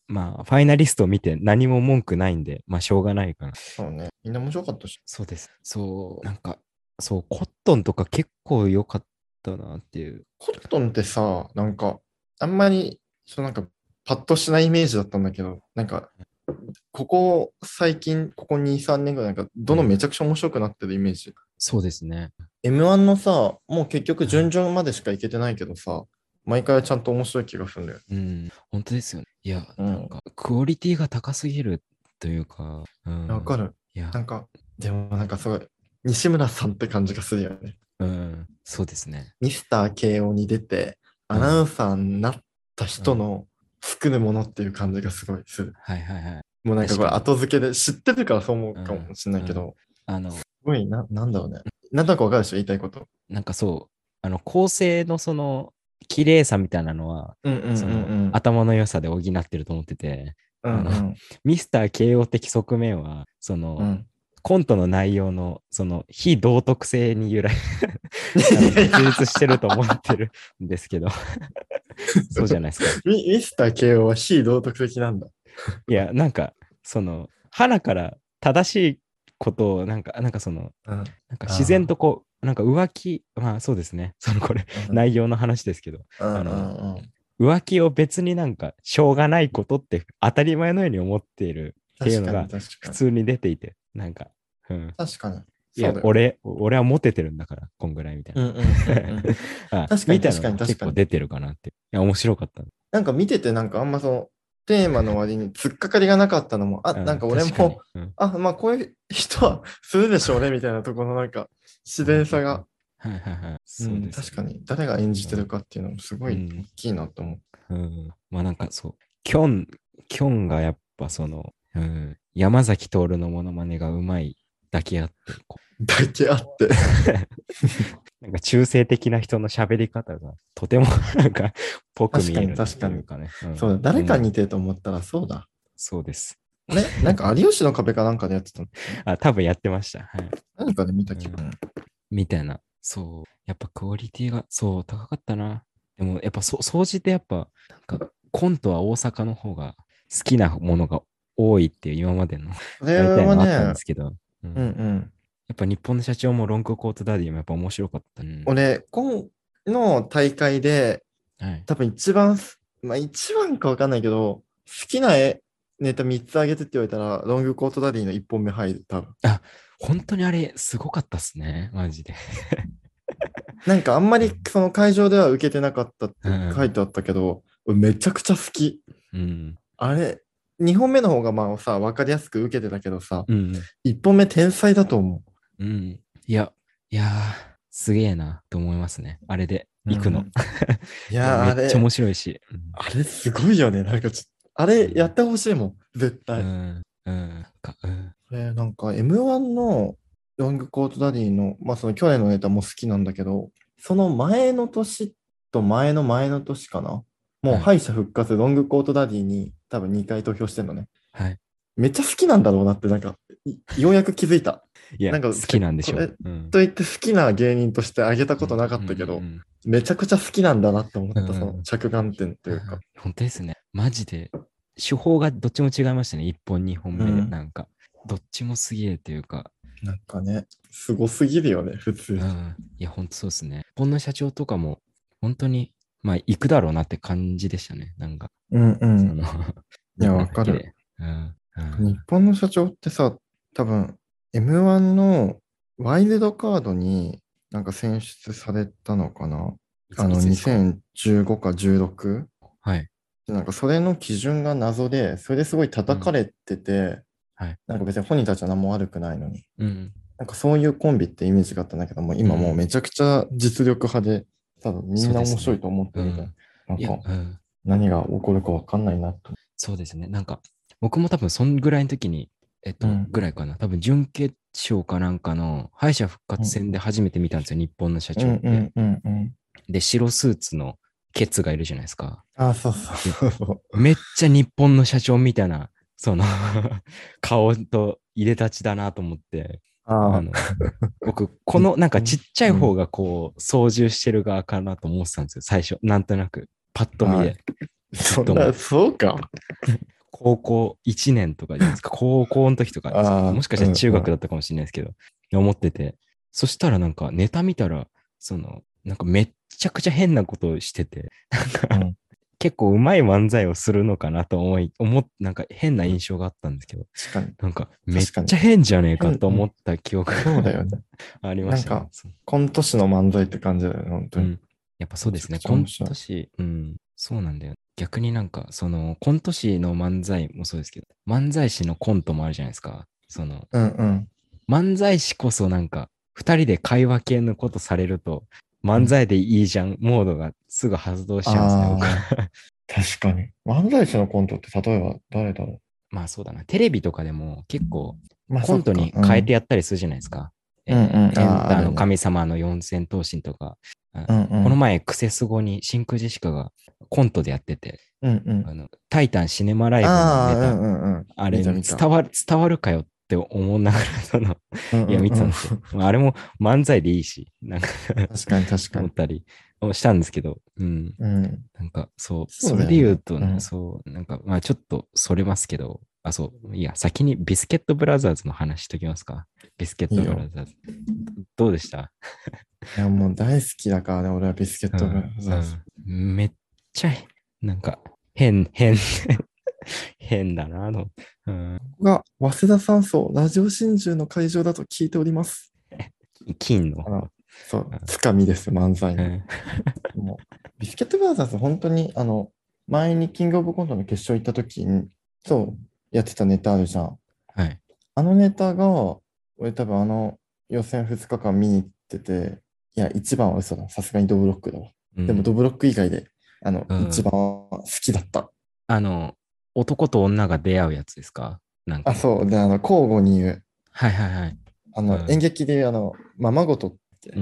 まあ、ファイナリストを見て何も文句ないんで、まあ、しょうがないかな。 そうね。みんな面白かったし。 そうです。そう、なんか、そう、コットンとか結構良かったなっていう。 コットンってさ、なんか、あんまり、そうなんか、パッとしないイメージだったんだけど、なんか、ここ最近、ここに、さんねんぐらい、なんか、どのめちゃくちゃ面白くなってるイメージ。 そうですね。 エムワン のさ、もう結局はい準々までしか行けてないけどさ、毎回ちゃんと面白い気がするんだよ。 うん、本当ですよね。いや、 うん。 なんか、クオリティが高すぎるというか、うわかん、 る。 いや、 なんか、でもなんかすごい、西村さんって感じがするよね。 うん、そうですね。 ミスター慶応に出て、 うん、 アナウンサーになったうん、 人の作るものっていう感じがすごいする。 はいはいはい。 もうなんかこれ確かに。 後付けで知ってるからそう思ううん、 かもしれないうん。 けど、 あの、 すごいな、なんだろうね。なんとなくわかるでしょ、言いたいこと。 なんかそう、あの、構成のその、綺麗さみたいなのは、 うんうんその、 うんうん。 頭の良さで補ってると思ってて、あの、 うんうんミスター慶応的側面は、その、 うん。 コントの内容の、その、非道徳性に由来、あの、 いやいや結実してると思ってるんですけど、そうじゃないですか。 ミ、ミスター慶応は非道徳的なんだ。 いや、なんか、その、花から正しいことを、なんか、なんかその、 うん。 なんか自然あとこう、なんか浮気、まあそうですね。そのこれ、 あ。うん。 内容の話ですけど、 うんうあの、 んうん。 浮気を別になんか、しょうがないことって当たり前のように思っているっていう確かにのが確かに。 普通に出ていて、なんか、うん。 確かに。 いや、 そうだよね。 俺、俺はモテてるんだから、こんぐらいみたいな。 うんうんうんうん。 あ、 確かに確かみたいなのがに確かに。 結構出てるかなって。いや、面白かった。 なんか見ててなんかあんまそのテーマの割に突っかかりがなかったのも、あ、 うん、 なんか俺確かに。 も、 うん。 あ、まあこういう人はするでしょうねみたいなところのなんか自然さが、 はいはいはい。そううん、 ですよね。 確かに誰が演じてるかっていうのもすごい大うん。 きいなと思う。 うん。まあなんかそう、キョン、キョンがやっぱその、うん、山崎徹のモノマネがうまいだけあって、こだけあって。 うなんか中性的な人の喋り方がとてもなんかぽく確かに見えるっ確かに。 ていうかね。うん。 そうだ、誰かに似うん、 てると思ったらそうだ。 そうです。 ね、なんか有吉の壁かなんかでやってたの。 あ、多分やってました。はい。 何かで見たうん、 気分。 みたいな。そう。やっぱクオリティが、そう、高かったな。でも、やっぱそ、総じてやっぱ、なんか、コントは大阪の方が好きなものが多いっていう今までのそれ大体はのあったんでね、 すけど、うん。 うんうん。 やっぱ日本の社長もロングコートダディもやっぱ面白かった。うん。 俺、今の大会ではい。 多分一番す、まあ一番かわかんないけど、好きな絵ネタみっつあげてって言われたら、ロングコートダディのいっぽんめ入る、多分。 あ、本当にあれ、すごかったっすね。マジで。 なんかあんまりうん。 その会場では受けてなかったっうて書いん。 てあったけど、俺めちゃくちゃ好き。 うん。 あれ、にほんめの方がまあさ、わかりやすく受けてたけどさ、 うん。 いっぽんめ天才だと思うん。いや、いやー、すげえなと思いますね。あれでう。う行くの。 ん。いいや、 やー、 めっちゃ面あれ、 白いし。うん。 あれすごいよね。なんかちょっと、あれやってほしいもん、絶対。 うん。うん。か、うん。 えーなんか エムワン のロングコートダディの、まあその去年のネタも好きなんだけど、その前の年と前の前の年かな。もうはい。 敗者復活ロングコートダディに多分にかい投票してんのね。 はい。 めっちゃ好きなんだろうなってなんか、いようやく気づいた。 いや、 なんか好きなんでしょう。 これうん。 といって好きな芸人としてあげたうん。 ことなかうん。うったけど、 ん。 めちゃくちゃ好きなんだなって思うん。 った、そのうん。 着眼点というか。 うん、本当ですね。マジで。手法がどっちも違いましたね。いっぽん、にほんめで。 うん。 なんか、どっちもすげえというか。 なんかね、すごすぎるよね、普通に。 うん。いや、本当そうですね。日本の社長とかも、本当に、まあ、行くだろうなって感じでしたね。なんか、 うんうん。 そのいや、 見たわかる。 だけで。うん。うん。 日本の社長ってさ、多分 エムワン のワイルドカードになんか選出されたのかな。 いつ、 あのいつですか？ にせんじゅうごかじゅうろく。 はい。 でなんかそれの基準が謎で、それですごいうん。 叩かれてて、 はい。 なんか別に本人たちは何も悪くないのに。 うん。 なんかそういうコンビってイメージがあったんだけども、今もううん。 めちゃくちゃ実力派で、多分みんな面そうですね。 白いと思ってるみたいな。 うん。いや、 なんかうん。 何が起こるかわかんないなと。 そうですね。なんか、僕も多分そんぐらいの時に、えっと、 うん。 ぐらいかな。多分準決勝かなんかの敗者復活戦で初めて見たんですよ。日本の社うんう長って。 んうんうん。 で、白スーツのケツがいるじゃないですか。 あ、そうそで、 うそう。 めっちゃ日本の社長みたいな、その顔と入れ立ちだなと思って、あああ。 の、僕、こ日のなんかち本。 っちゃいうん。 方がこう、操縦してる側かなと思ってたんですよ。最初、なんとなく、パッと見ああ、 で。 そんな、 でも、 そうか。 高校いちねんとかじゃないですか。高校の時とかですか、 ああ、 もしかしたら中うんうん。 学だったかもしれないですけど、思ってて。そしたらなんかネタ見たら、その、なんかめっちゃくちゃ変なことをしてて、なんかうん結構うまい漫才をするのかなと思い、思っ、なんか変な印象があったんですけど、 確かに。 なんかめっ確かに。 ちゃ変じゃねえか変、うん。 と思った記憶がそうだよね。 ありましたね。 なんか、 そうコント師の漫才って感じだよね、本当に。 うん。やっぱそうめちゃくですね。コンちゃ面白い。 ト師、うん。そうなんだよ。逆になんか、その、コント師の漫才もそうですけど、漫才師のコントもあるじゃないですか。その、 うんうん。 漫才師こそなんか、二人で会話系のことされると、 うん。 漫才でいいじゃん、モードがすぐ発動しちゃうんですね、僕。 ああ、確かに。漫才師のコントって例えば誰だろまあそうだな。テレビとかでも結構、 う。まあコントそっか。 に変えてうん。 やったりするじゃないですか。 うんうん。 えーエンああ、あタのるね。 神様の四千頭身とか、あうんうん。 この前、クセスゴに真空ジェシカがコントでやってて、 うんうん。 あの、タイタンシネマライブのああ、うネタ、 んうんうん。 あれ見た見た。 伝わる、伝わるかよって思いながら、その、いや、 うんうんうん。 見てたんですよ。まああれも漫才でいいし、なんか確かに確かに。 思ったりしたんですけど、うん。 うん。 なんか、そう、それでそうだよね。 言うとね、 うん。 そう、なんか、まあちょっとそれますけど、あ、そう、いや、先にビスケットブラザーズの話しときますか。ビスケッいいよ。 トブラザーズ。どうでした？ いや、もう大好きだからね、俺はビスケットブラうん、うザーズ。 ん。めっちゃ、なんか、変、変、変だな、の。うん、 ここが早稲田山荘ラジオ真珠の会場だと聞いております。 金の。 あの、そう、 うんつかみです、漫才の。 うんもう、ビスケットブラザーズ、本当に、あの、前にキングオブコントの決勝行った時に、そう、やってたネタあるじゃん。 はい。 あのネタが、俺多分あの予選ふつかかん見に行ってて、いや、一番は嘘だ。さすがにドブロックだわ。でもうん。 ドブロック以外で、あの、一うん。 番好きだった。 あの、男と女が出会うやつですか？なんあ、 か。 そう。で、あの、交互に言う。 はいはいはい。 あの、演うん。 劇で言う、あの、ままごとって、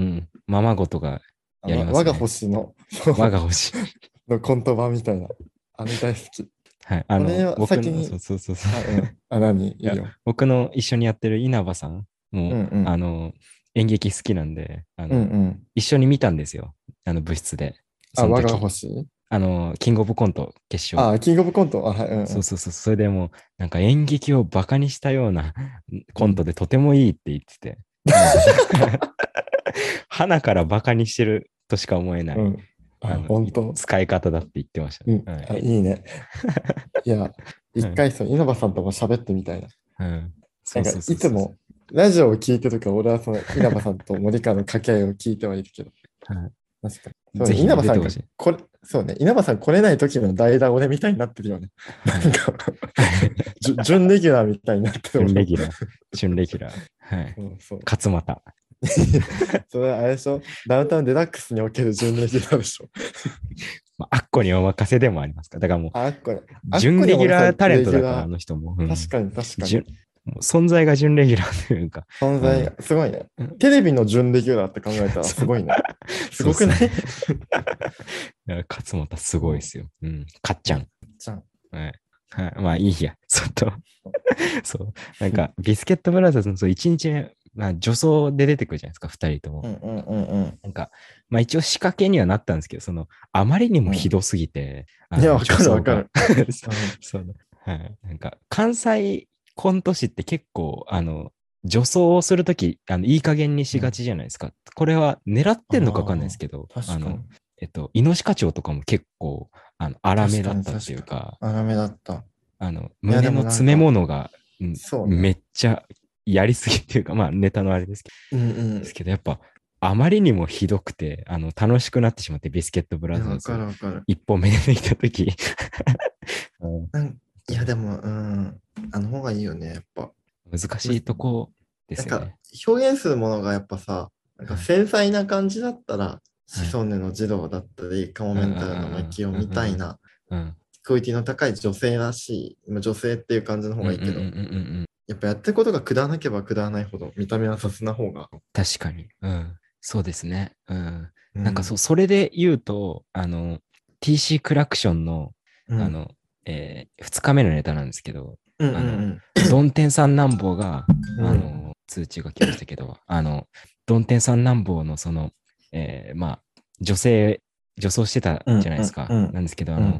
うん。ままごとがやりあの、我がますね。 星の、そう、 我が星。 のコント版みたいな。あれ大好き。 はい。あの、 これは僕の、そう先に、 そうそうそう。 あ、うん。あ、何いいや、 いよ。 僕の一緒にやってる稲葉さんも、 うんうん。 あの、演劇好きなんで、あうんうの、 ん。 一緒に見たんですよ。あの、部室で。 あ、我がその時。 星あの、キングオブコント決勝。 あ、キングオブコント。あ、はい、うんうん。 そうそうそう。それでもう、なんか演劇をバカにしたようなコントうん。 でとてもいいって言ってて、もう、花からバカにしてるとしか思えない、 うん。あ、 あの、い本当。 使い方だって言ってましたうん。 ね。はあ、いい。 いね。いや、一回そう、稲葉さんとも喋ってみたいな。 うん。そうなんか、 そうそうそうそいつも、ラジオを聞いてるから、俺はその稲葉さんと森川の掛け合いを聞いてはいるけど、 う。はい。 確かに。そうね、 ぜひね、 稲葉さんが出てほしい。 これ、そうね、稲葉さん来れない時の代打俺みたいになってるよね。なはい。 んかじゅ準レギュラーみたいになってる俺も。 準レギュラー。準レギュラー。はい。 うん、そう。 勝俣。 それあれでしょ、ダウンタウンデラックスにおける準レギュラーでしょ。 まあ、あっこにお任せでもありますから。だからもう、 あっこに、あっこ準レギュに俺さ、 ラータレントだから、あレギュラの人も。うー、 ん。 確かに確かに。 準もう存在が準レギュラーというか。 存在が、 うん。 すごいね。 うんテレビの準レギュラーって考えたらそうすごいね。すそうそう。 ごくない？ いや勝俣すごいですよ。うん。かっちいや、 ゃん。 じゃん。 はい。はい、まあいいや。ちょっとそう。なんか、ビスケットブラザーズのそういちにちめ、まあ、女装で出てくるじゃないですか、ふたりとも。 うんうんうんうんなんか、まあ一応仕掛けにはなったんですけど、その、あまりにもひどすぎて、 うん。いや、 あの、 わ女装が。 かるわかる。 そう、はい。なんか、関西コント師って結構、あの、女装をするとき、あの、いい加減にしがちじゃないですか。これは狙っうん、 てんのかわかんないであすけど、 あ、確かに。 あの、えっと、猪鹿課長とかも結構、あの、荒め確かだったっていに確かに。 うか、 荒めだった。 あの、 いや、で胸の詰めもなんか、 物が、うん、 そうね。 めっちゃやりすぎっていうか、まあネタのあれですけうんうど、ですん。 けど、やっぱ、あまりにもひどくて、あの、楽しくなってしまって、ビスケットブいや、わラザーズ、 かるわかる。 一本目でできたとき、うんなんいや、でも、うん。あの方がいいよね、やっぱ。 難しいとこでなんか、 すよね。 表現するものがやっぱさ、なんかはい。 繊細な感じだったら、シはい。 ソンヌの児童だったり、カモうんうメンタルのん巻をみうんうんたいな、 うんうんクオリティの高い女性らしい、今女性っていう感じの方うんうんうんうんうんうがいいけど、 ん。 やっぱやってることがくだらなければくだらないほど、見た目は雑な方が。 確かに。うん。そうですね。うん。 うん。 なんかそう、それで言うと、あの、ティーシー クラクションの、 うん。 あの、えー、ふつかめのネタなんですけど、 うんうあの、 んドンテンさんなんぼが、 うん。うん。 あの、通知が来ましたけど、あの、ドンテンさんなんぼのその、えー、まあ、女性、女装してたうんじゃないですか。 うんなんですけど、あの、 うん。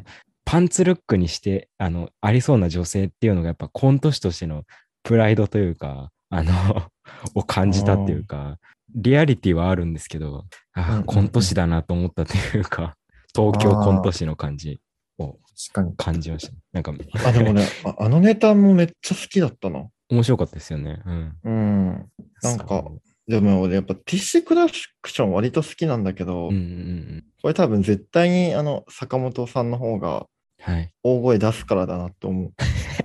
パンツルックにして、あの、ありそうな女性っていうのがやっぱコント師としてのプライドというか、あの、を感じたっていうか、リアリティはあるんですけど、あ、 うんうんうんコント師だなと思ったというか、東京コント師の感じを確かに。 感じました。なんか、 あ、でもね、あ、あのネタもめっちゃ好きだったな。 面白かったですよね。うん。 うん。なんか、 そうでも俺やっぱティッシュクラクション割と好きなんだけど、 うんうんうん。 これ多分絶対にあの坂本さんの方がはい。 大声出すからだなって思う。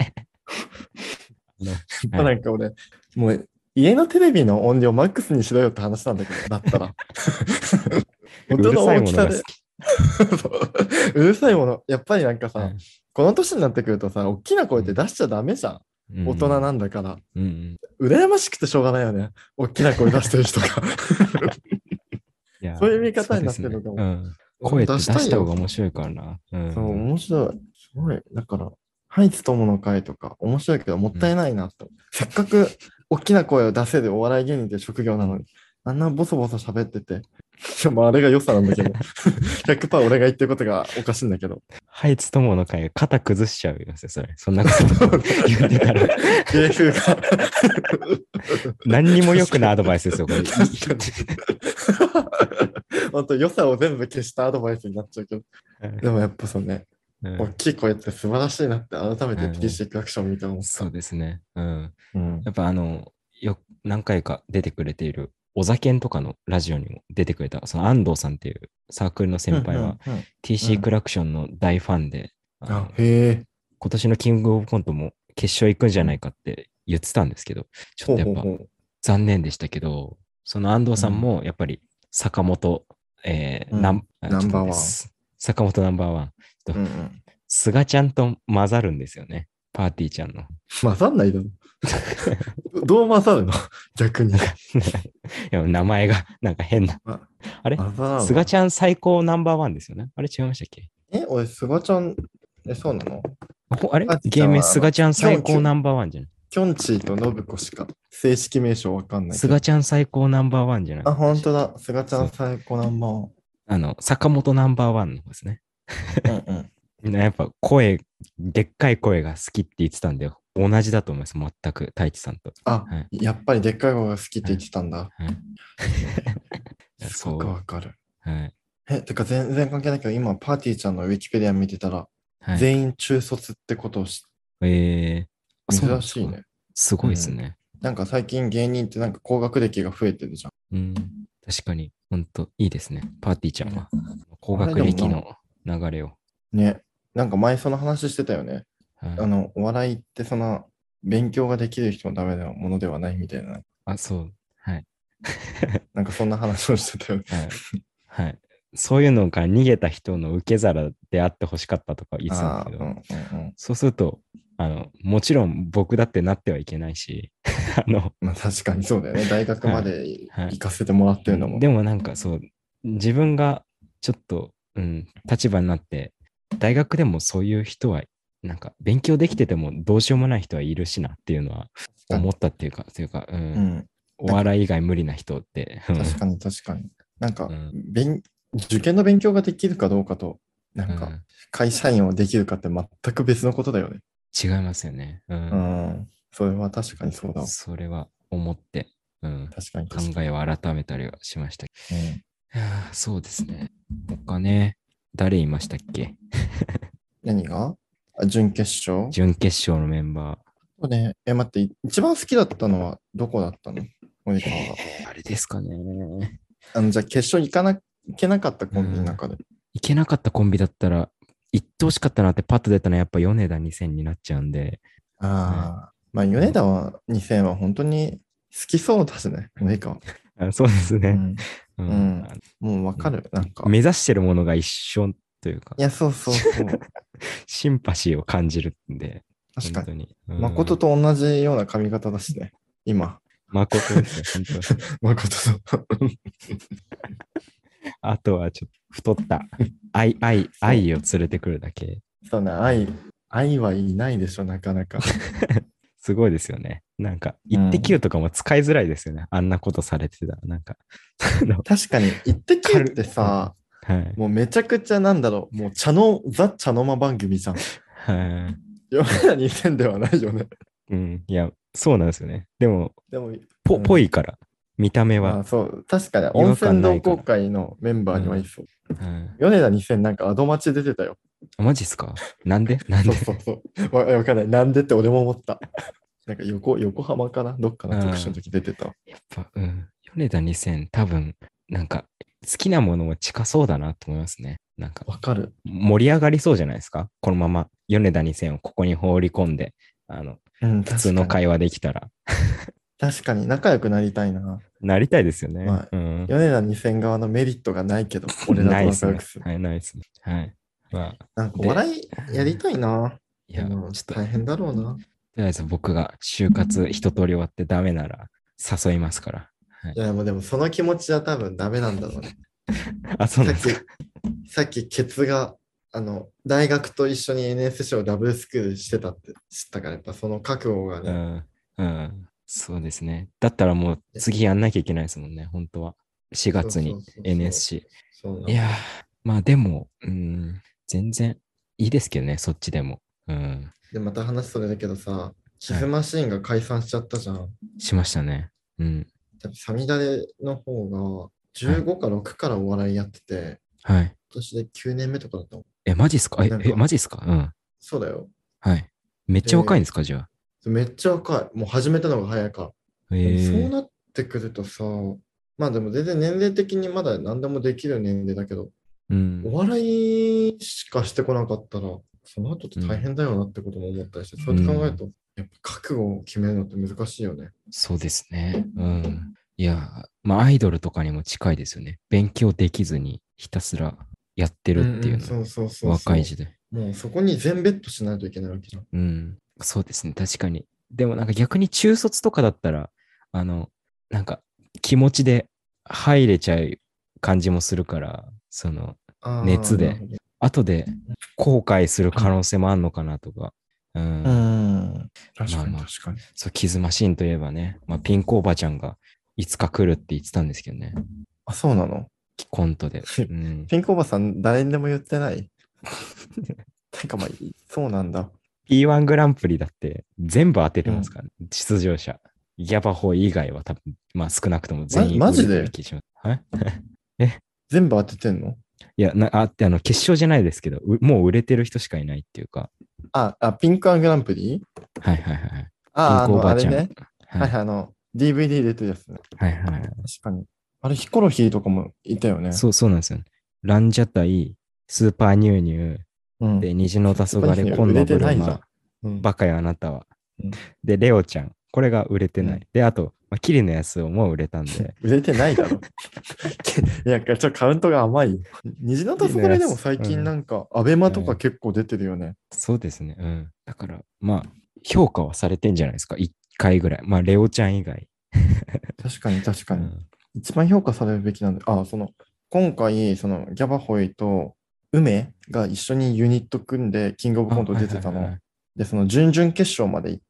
あのなはいんか俺、もう家のテレビの音量マックスにしろよって話なんだけど、だったら。 う音のるさい大きさで、 ものが好き。 そううるさいもの。やっぱりなんかさ、 はいこの年になってくるとさ、大きな声って出しちゃダメじゃん。 うん大人なんだから。 うんうん。 羨ましくてしょうがないよね。大きな声出してる人が。 いやそういう見方になってそうですねるのかも。 うん俺も声って出出したいよ。 した方が面白いからな。うんそう、面白い。すごい。だから、ハイツ友の会とか、面白いけど、もったいないなと。せっかく大きな声を出せるお笑い芸人って職業なのに、あんなボソボソ喋ってて、でもあれが良さなんだけど、ひゃくパーセント俺が言ってることがおかしいんだけど。 ハイツ友の会が肩崩しちゃうよ、それ。そんなこと言ってたら。 芸風が。 何にも良くないアドバイスですよ、これ。 確かに。本当良さを全部消したアドバイスになっちゃうけど。でもやっぱそうね、 うん大きい声って素晴らしいなって改めてうんティッシュクラクション見て思った。 そうですね。うん。 うん。 やっぱあの、よ、何回か出てくれている、お酒とかのラジオにも出てくれた、その安藤さんっていうサークルの先輩は、 うんうんうんティーシー クラクションの大ファンで、あのあ、へえ。 今年のキングオブコントも決勝行くんじゃないかって言ってたんですけど、ちょっとやっぱほうほうほう残念でしたけど、その安藤さんもやっぱり坂本、えーうんナンあナンバーワンちょっと待ってす坂本ナンバーワン。ちょっとうんうん。 菅ちゃんと混ざるんですよね。パーティーちゃんの。 混ざんないだろ。どう混ざるの逆に。 いや名前がなんか変な。 ああれ混ざらんわ菅ちゃん最高ナンバーワンですよね。あれ違いましたっけえ、俺、すがちゃん、え、そうなのほあれあ芸名菅ちゃん最高ナンナンバーワンじゃないきょんちーと信子しか正式名称わかんないけど。 菅ちゃん最高ナンバーワンじゃないあ、本当だ。すがちゃん最高ナンバーワン。 あの、坂本ナンバーワンの方ですね。 うんうん。 みんなやっぱ声、でっかい声が好きって言ってたんで、同じだと思います。全く、太一さんと。 あ、 はいやっぱりでっかい子が好きって言ってたんだ。 はい。 すごくわかる。 はい。 え、てか全然関係ないけど、今、パーティーちゃんのウィキペディア見てたら、 はい、 全員中卒ってことを知えー、そうなんですか珍しいね。 すごいですね。 なんか最近芸人ってなんか高学歴が増えてるじゃん。 うん。確かに、ほんといいですね。パーティーちゃんは。高あれでも学歴の流れを。 ね。なんか前その話してたよね。 はい、 あの、お笑いってその、勉強ができる人のためのものではないみたいな。 あ、そう。はい。 なんかそんな話をしてたよね。 はい。はい。そういうのから逃げた人の受け皿であってほしかったとか言ってたんだけど、 あーうんうんうん、 そうすると、あの、もちろん僕だってなってはいけないし、あの、 まあ確かにそうだよね。大学まではい行かせてもらってるのも。 でもなんかそう、自分がちょっと、うん、立場になって、大学でもそういう人は、なんか勉強できててもどうしようもない人はいるしなっていうのは思ったっていうか、というか、うん、 うん、 お笑い以外無理な人って。 確かに確かに。なんか、 うん勉受験の勉強ができるかどうかと、なんか、 うん会社員をできるかって全く別のことだよね。 違いますよね。う。 うんん。それは確かにそうだわ。 それは思って、うん、 確かに考確かに。 えを改めたりはしました。いうんやーそうですね。他ね、誰いましたっけ何があ準決勝準決勝のメンバそうね。え、待って、い一番好きだったのはどこだったの森ー。 川が。 えーあれですかね。 あの、じゃあ決勝行かな、行けなかったコンビの中で。 いけなかったコンビだったら、行ってほしかったなってパッと出たのはやっぱ米田にせんになっちゃうんで、 ああ、まあ、米田はにせんは本当に好きそうだしね、森川。 あそうですね。 うん。 うんうんもうわかる。なんか。 目指してるものが一緒というかい、や、そうそうそう。 シンパシーを感じるんで、 確かに。 本当に。うん誠と同じような髪型だしね。今。 誠ですね、本当。 誠と。 あとはちょっと太った愛、愛、愛を連れてくるだけ。 そうね、愛、愛はいないでしょ、なかなか。 すごいですよね。なんか、イッテ Q とかも使いづらいですよね。あんなことされてたら、なんか。あの確かに、イッテ Q ってさ、 はい。 もうめちゃくちゃなんだろう。もう茶の、ザ・茶の間番組じゃん。 はい。 ヨネダにせんではないよね。 うん。いや、そうなんですよね。でも、 でも、 ぽ、 うん。 ぽいから、見た目はまあそう、確かに違和温泉同感ないから。 好会のメンバーにはいうん。 そう。 はい。 ヨネダにせんなんかアドマチ出てたよ。 あ、マジっすか？なんでなんそうで？ そうそう。わ、わかんない。なんでって俺も思った。なんか横、横浜かなどっかの特集のうん。 時出てた。 やっぱ、うん。米田にせん、多分、なんか、好きなものも近そうだなと思いますね。なんか、 わかる。 盛り上がりそうじゃないですか？このまま、米田にせんをここに放り込んで、あの、 うん、 普通確かに。 の会話できたら、 確かに仲良くなりたいな。 なりたいですよね。 まあ、 うん。 米田にせん側のメリットがないけど、俺らとないですね。 仲良くする。 はい、ないですね。はい。まあ、 なんかで、 笑いやりたいな。 いや、 でもちょっと、 大変だろうな。 とりあえず僕が就活一通り終わってダメなら誘いますから。はい。 いや、もうでもその気持ちは多分ダメなんだろうね。 あ、そうさっき、 なんですか。 さっきケツが、あの、大学と一緒に エヌエスシー をダブルスクールしてたって知ったから、やっぱその覚悟がね。 うん、うん。そうですね。だったらもういや次やんなきゃいけないですもんね、本当は。4月にそうそうそうそう。 エヌエスシー。 そうないやー、 のよ。 まあでも、うん、全然いいですけどね、そっちでも。うん。 で、また話それだけどさ、キはい。 ズマシーンが解散しちゃったじゃん。 しましたね。うん。 多分サミダレの方がはい。 じゅうごかろくからお笑いやってて、 はい。 今年できゅうねんめとかだったの。 え、マジっすか？え、え、 なんか、 マジっすか？うん。 そうだよ。 はい。めっちゃ若いんでで、 すか、じゃめっちゃ若い。もう始めたのが早いから。 あ？ でもそうええなってくるとさ、まあでも全然年齢的にまだ何でもできる年齢だけど、 ー。うん。 お笑いしかしてこなかったら、その後って大うん。 変だよなってことも思ったりして、そうやって考えるうん。 と、やっぱ覚悟を決めるのって難しいよね。 そうですね。うん。いや、まあアイドルとかにも近いですよね。勉強できずにひたすらやってるっうんうん、 ていうのはそうそうそうそ若い時代。 う。もうそこに全ベットしないといけないわけじゃん。 うん。そうですね。確かに。でもなんか逆に中卒とかだったら、あの、なんか気持ちで入れちゃう感じもするから、そのああ、 熱で、 なるほど。 後で後悔する可能性もあるのかなとか。ううん。 ん。確かにまあまあ、 確かに。 そう、キズマシーンといえばね、まあ、ピンクおばちゃんがいつか来るって言ってたんですけどね。 あ、そうなの？ コントで。うん。 ピンクおばさん誰にでも言ってない？なんかまあ、そうなんだ。 ピーワン グランプリだって全部当てうん。 てますからね、出場者。ギャバホ以外は多分、まあ少なくともま、 全員売れマジでてる気がします。はい。え、 全部当ててんの？ いや、な、あってあの、決勝じゃないですけど、うもう売れてる人しかいないっていうか、 あ、あ、ピンクアングランプリ。 はいはいはいはい。ピあ、 ンあの、 クおばちゃん。 あれね。はいはい、 はい。 あの、ディーブイディー 出てるやつね。 はいはいはい。 確かに。あれ、ヒコロヒーとかもいたよね。 そう、そうなんですよ。ランジャタイ、スーパーニューニュー、 うん。 で、虹の黄スーパーニ昏、 ュー売れ紺野てないじゃん。 ブルマ、 うん。 バカよあなたは。 うん。 で、レオちゃん。これが売れてうん。 ない。で、あと、まあ、キリのやつも売れたんで、 売れてないだろ。いや、ちょっとカウントが甘いよ。虹の黄キリの昏でもやつ、 最近なうん。 んか、アベマとかうん、 結構出てるよね。 そうですね。うん。だから、まあ、評価はされてんじゃないですか。いっかいぐらい。まあ、レオちゃん以外。 確かに確かに。 うん。 一番評価されるべきなんで、あ、その、今回、その、ギャバホイと梅が一緒にユニット組んで、キングオブあ、 コントはい出てたの。 はいはいはい。 で、その準々決勝まで行って、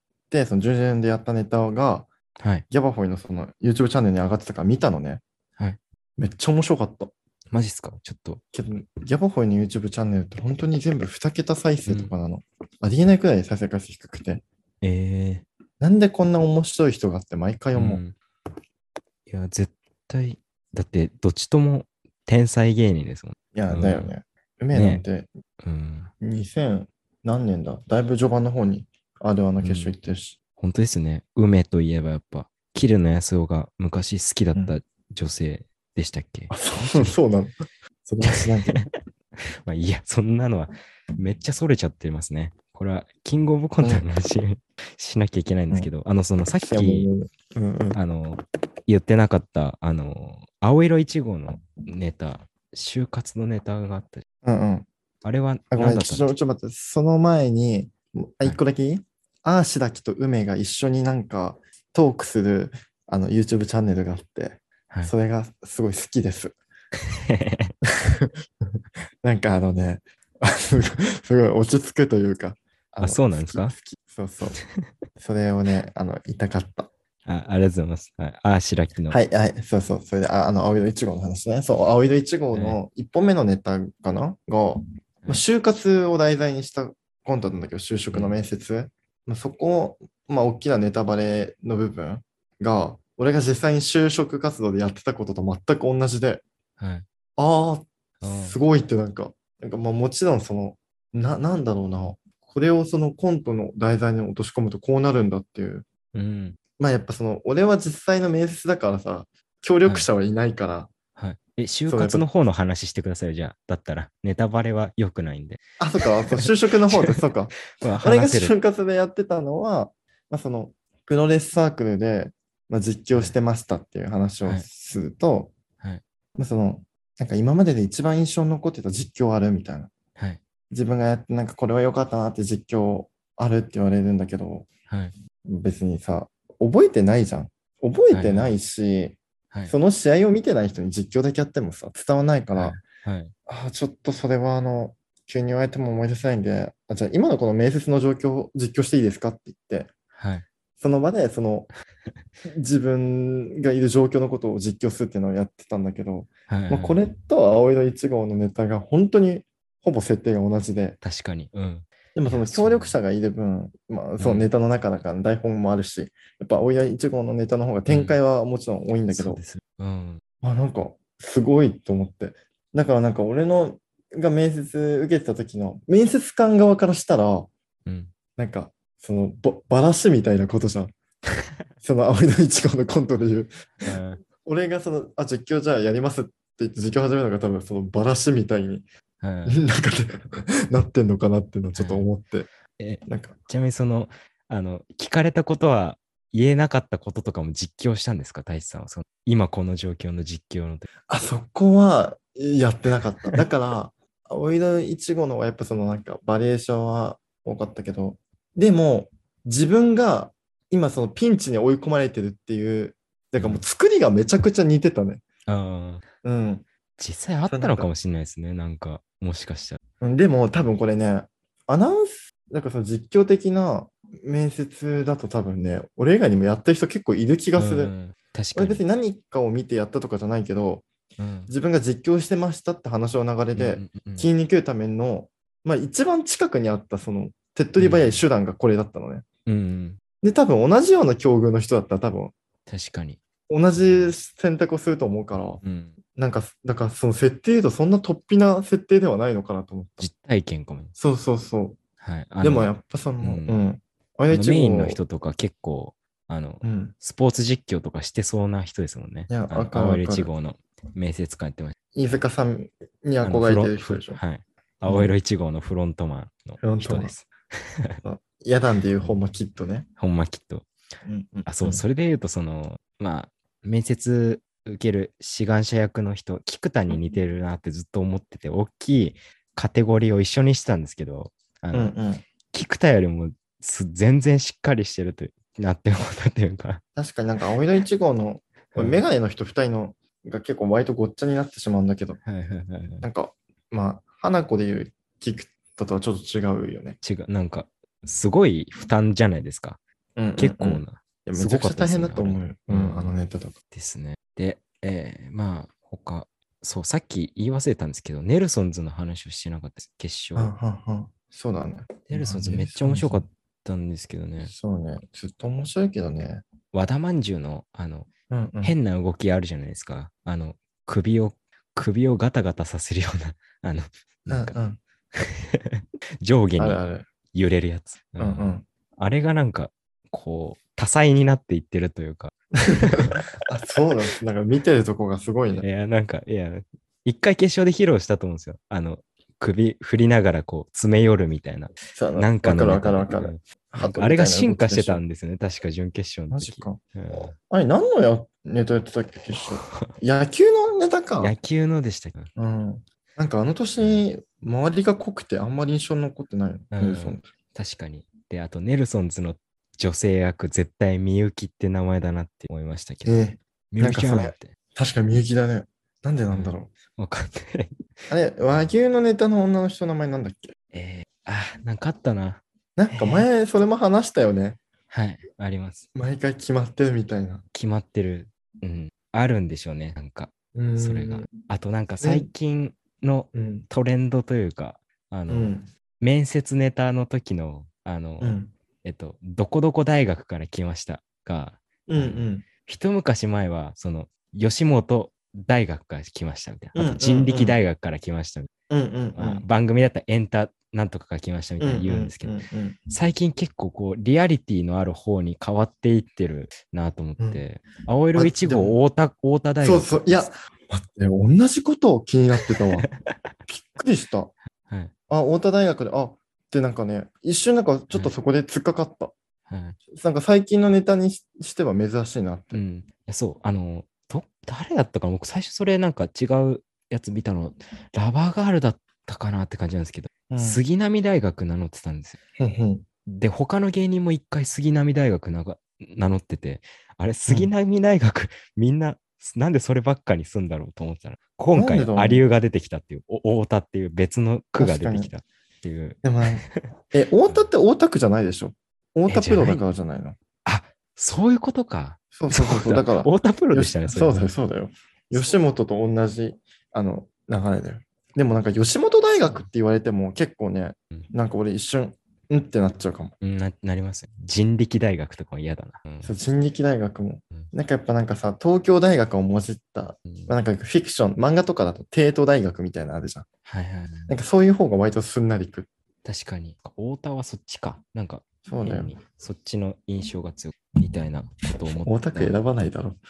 その準々でやったネタが、 はい。 ギャバホイのその YouTube チャンネルに上がってたから見たのね。 はい。 めっちゃ面白かった。 マジっすか？ちょっと。 けど、ギャバホイの YouTube チャンネルって本当に全部に桁再うん。 生とかなの。ありえないくらい再生回数低くて。 ええなんでこんな面白い人がって毎回思う。 ーうん。いや、絶対、だって、どっちとも天才芸人ですもん。 いや、 うん。 だよね。梅なんねてえ。うん。 にせん何年だだいぶ序盤の方に アールワン の決勝うん。 行ってるし。 本当ですね。梅といえばやっぱ、キルの安男が昔好きだうん。 った女性でしたっけ？ あ、そう、 違う。 そうなの。それは知らんけど。 まあいいや、そんなのはめっちゃそれちゃってますね。これはキングオブコントのうん。 話しなきゃいけないんでうん。いすけど、あの、そのさっや、もう、 き、 もううんうん。 あの、言ってなかった、あの、青色いち号のネタ、就活のネタがあった。 うんうん。 あれはあ、ごめん、ちょ、ちょ、 何だったんでしたっちょ待って。その前に、あ、 け？はい。 一個だけいい？あーしだきと梅が一緒になんかトークするあの YouTube チャンネルがあって、 はい。 それがすごい好きです。なんかあのね、あすごい、すごい落ち着くというか、ああ、 の、好き、好そうなんですか？ き。そうそう。それをね、あの、言いたかった。 あ、ありがとうございます。はい、あ、白木の。 はい、はい、そうそう、それで、あ、あの、青色いち号の話ね。そう、青色いち号はい。 のいっぽんめのネタかなが、まあ、 はい。 就活を題材にしたコントなんだけど、就職のうん。 面接。まあ、そこ、まあ、大きなネタバレの部分が、俺が実際に就職活動でやってたことと全く同じで、 はい。 ああ、 あすごいってなんか、なんかまあもちろんその、な、なんだろうな、これをそのコントの題材に落とし込むとこうなるんだっていう。 ー、うん。 まあやっぱその、俺は実際の面接だからさ、協はい。 力者はいないから、 はい。え、就そのやっぱ、 活の方の話してくださいよ、じゃあ。だったら。ネタバレは良くないんで。 あ、そっか、そう、就職の方で、そうか。 まあ、 俺が話せる。 就活でやってたのは、まあその、プロレスサークルで、まあ、実況はい。 してましたっていう話をはい。 すると、 はい。 まあその、なんか今までで一番印象に残ってた実況あるみたいな。 はい。 自分がやって、なんかこれは良かったなって実況あるって言われるんだけど、 はい。 別にさ、覚えてないじゃん。覚えはい。はい。 てないし、 はい。 その試合を見てない人に実況だけやってもさ、伝わらないかはい。 ら、 はい。 ああ、ちょっとそれはあの、急に言われても思い出せないんで、あ、じゃあ今のこの面接の状況を実況していいですかって言って、 はい。 その場でその自分がいる状況のことを実況するっていうのをやってたんだけど、 はい。 まあ、 はい。 これと青色いち号のネタが本当にほぼ設定が同じで、 確かに。うん。 でもそいや、 の協そう。 力者がいる分、まあ、 うん。 そのネタの中だから台本もあるし、やっぱ青いいち号のネタの方がうん。 展開はもちろん多いんだけど、 そうです。うん。 あ、なんかすごいと思って。だからなんか俺のが面接受けてた時の面接官側からしたら、 うん。 なんかそのばばらしみたいなことじゃん。その青いいち号のコントで言う。 うん。 俺がその、あ、実況じゃあやりますって言って実況始めるのが多分そのばらしみたいにうん。 なんかなってんのかなっていうのをちょっとうん。 思って、 え、 なんかちなみにその、あの、聞かれたことは、言えなかったこととかも実況したんですか、大志さんは。その今この状況の実況の時。 あそこはやってなかった。だから、青色いちごのはやっぱそのなんかバリエーションは多かったけど、でも自分が今そのピンチに追い込まれてるっていう、だからもううん。 作りがめちゃくちゃ似てたね。 ああ、 うん。 実際あっそうなんか、 たのかもしれないですね。なんか、もしかしたら。 うんでも多分これね、アナウンス、なんかその実況的な面接だと多分ね、俺以外にもやってる人結構いる気がうする。 ん。確かに。 俺別に何かを見てやったとかじゃないけど、 うん。 自分が実況してましたって話の流れうん。うでん。うん。 気に食うための、まあ一番近くにあったその手っ取り早いうん。 手段がこれだったのね。 うん。 で、多分同じような境遇の人だったら多分確かに。 同じ選択をすると思うから、 うん。 なんか、だからその設定とそんな突飛な設定ではないのかなと思った。 実体験かも。 そうそうそう。 はい。あの、 でもやっぱその、ううん。 ん。あれあのメインの一号、 人とか結構、あの、 うん。 スポーツ実況とかしてそうな人ですもんね。 いや、 あの、 わかる青色わかる。 いち号の面接官やってまし飯塚さんにた。あの、 憧れてフロン、フ、 る人でしょ。 はい。 うん。 青色いち号のフロントマンのフロントマン。 人です。 そうヤダンでいううん、 ほんまキットね。 ほんまきっと。 うんうんあ、そう、 うん。 それで言うと、その、まあ、面接受ける志願者役の人、菊田に似てるなってずっと思ってて、大きいカテゴリーを一緒にしてたんですけど、あの、 うんうん。 菊田よりもす全然しっかりしてるとなって思ったというか、 確かになんか青色いち号の、 うん、 メガネの人ふたりのが結構割とごっちゃになってしまうんだけど、 はいはいはいはい。 なんか、まあ、花子でいうキクタとはちょっと違うよね。 違う、なんか、すごい負担じゃないですか。 うんうんうん。い結構な。 や、めすちゃくちゃ大変ごかったですよね、あれ。 だと思うよ。 ううん、あのん。 ネタとか。 ですね。で、えーまあ、他、そう、さっき言い忘れたんですけど、ネルソンズの話をしてなかったです、決はん勝。 はんはん。そうだね。 ネルソンズまあね、 めっちゃ面白かっそうそう。 たんですけどね。 そうね。ずっと面白いけどね。 和田まんじゅうの、あの、 うんうん。 変な動きあるじゃないですか。あの、首を、首をガタガタさせるような、あの、なんかうんうん。 上下にあるある。 揺れるやつ。うん。 うんうん。 あれがなんか、こう、多彩になっていってるというか、 あ、そうなんです。なんか見てるとこがすごいね。 いや、なんか、いや、一回決勝で披露したと思うんですよ。あの、首振りながらこう、詰め寄るみたいな。 そうな、 なんかわかるわのネタで。 かるわかる。 うん。なんか、あれが鳩みたいな動進化してきでしょ。 たんですよね。確か準決勝の時。 マジか。 うん、 あれ、何のやネタやってたっけ、決勝。野球のネタか。 野球のでしたっけ。 うん。なんかあの年、周りが濃くてあんまり印象に残ってないの。 うん、 ネルソンズ。 確かに。で、あと、ネルソンズの女性役、絶対みゆきって名前だなって思いましたけど。 ええ、 みゆきなんかそれ、 ちゃんって。 確かみゆきだね。なんでうん。 なんだろわかんない。 う。あれ、和牛のネタの女の人の名前なんだっけ。 えー、あ、なんかあったな。 なんかえー、 前、それも話したよね。 はい、あります。 毎回決まってるみたいな。 決まってる。うん。あるんでしょうね、なんか、 うーそれが。 ん。 あとなんか最ね。 近のうん。 トレンドというか、あの、 うん。 面接ネタの時の、あの、 うん。 えっと、どこどこ大学から来ましたが、 うん。うあの、 ん。 一昔前は、その、吉本大学から来ましたみたいな。 うん。 あと、 うん。 人力うん。 大学から来ましたみうん。うん。 たいな。まあ、 うん。 番組だったらエンタなんとかから来ましたみうん。うたいに言うんでん。 すけど、 うん。うん。 最近結構こう、リアリティのある方に変わっていってるなと思っうん。 て、青色あ、 いちでも、 号太田、太田大そうそう。いや、 学です。 待って、同じことを気になってたわ。びっくりした。 はい。 あ、太田大学で、あ、で、なんかね、一瞬なんかちょっとはい。 そこで突っかかった。 はい。 なんか最近のネタにししては珍しいなって。 うん。いやそう、あの、ど、誰だったかな僕最初それなんか違うやつ見たの、ラバーガールだったかなって感じなんですけど、 うん。 杉並大学名乗ってたんですよ。 ふんふん。 で、他の芸人も一回杉並大学なが名乗ってて、あれ、杉うん。 並大学、みんな、なんでそればっかにすんだろうと思ったら、今なんで回、 だろうね。 アリューが出てきたっていう、お太田っていう別の区が確かに。 出てきたっていう。 でもなんか、え、太田って大田区じゃないでしょ？太え、 田プロだじゃない、 からじゃないの？ あ、そういうことか。 そうそうそうそう。 そうだ、 だから、 太田プロよし、 でしたね、そういえば。 そうだよ、そうだよ。吉そう本と同じ、あの、流れだよ。でもなんか吉本大そう。 学って言われても結構ね、 うんなんか俺一瞬、うんってなっちゃうかも。 うん、な、なりますよ。人力大学とかも嫌だな。うん。 そう、人力大学も。 うん。 なんかやっぱなんかさ、東京大学をもじった、 うん。 まあ、なんかフィクション、漫画とかだと帝都大学みたいなのあるじゃん。 はいはいはい。 なんかそういう方が割とすんなりくる。 確かに。太田はそっちか。なんか、 そうだよ。 変に、そっちの印象が強いみたいなことを思った。 大田区選ばないだろ。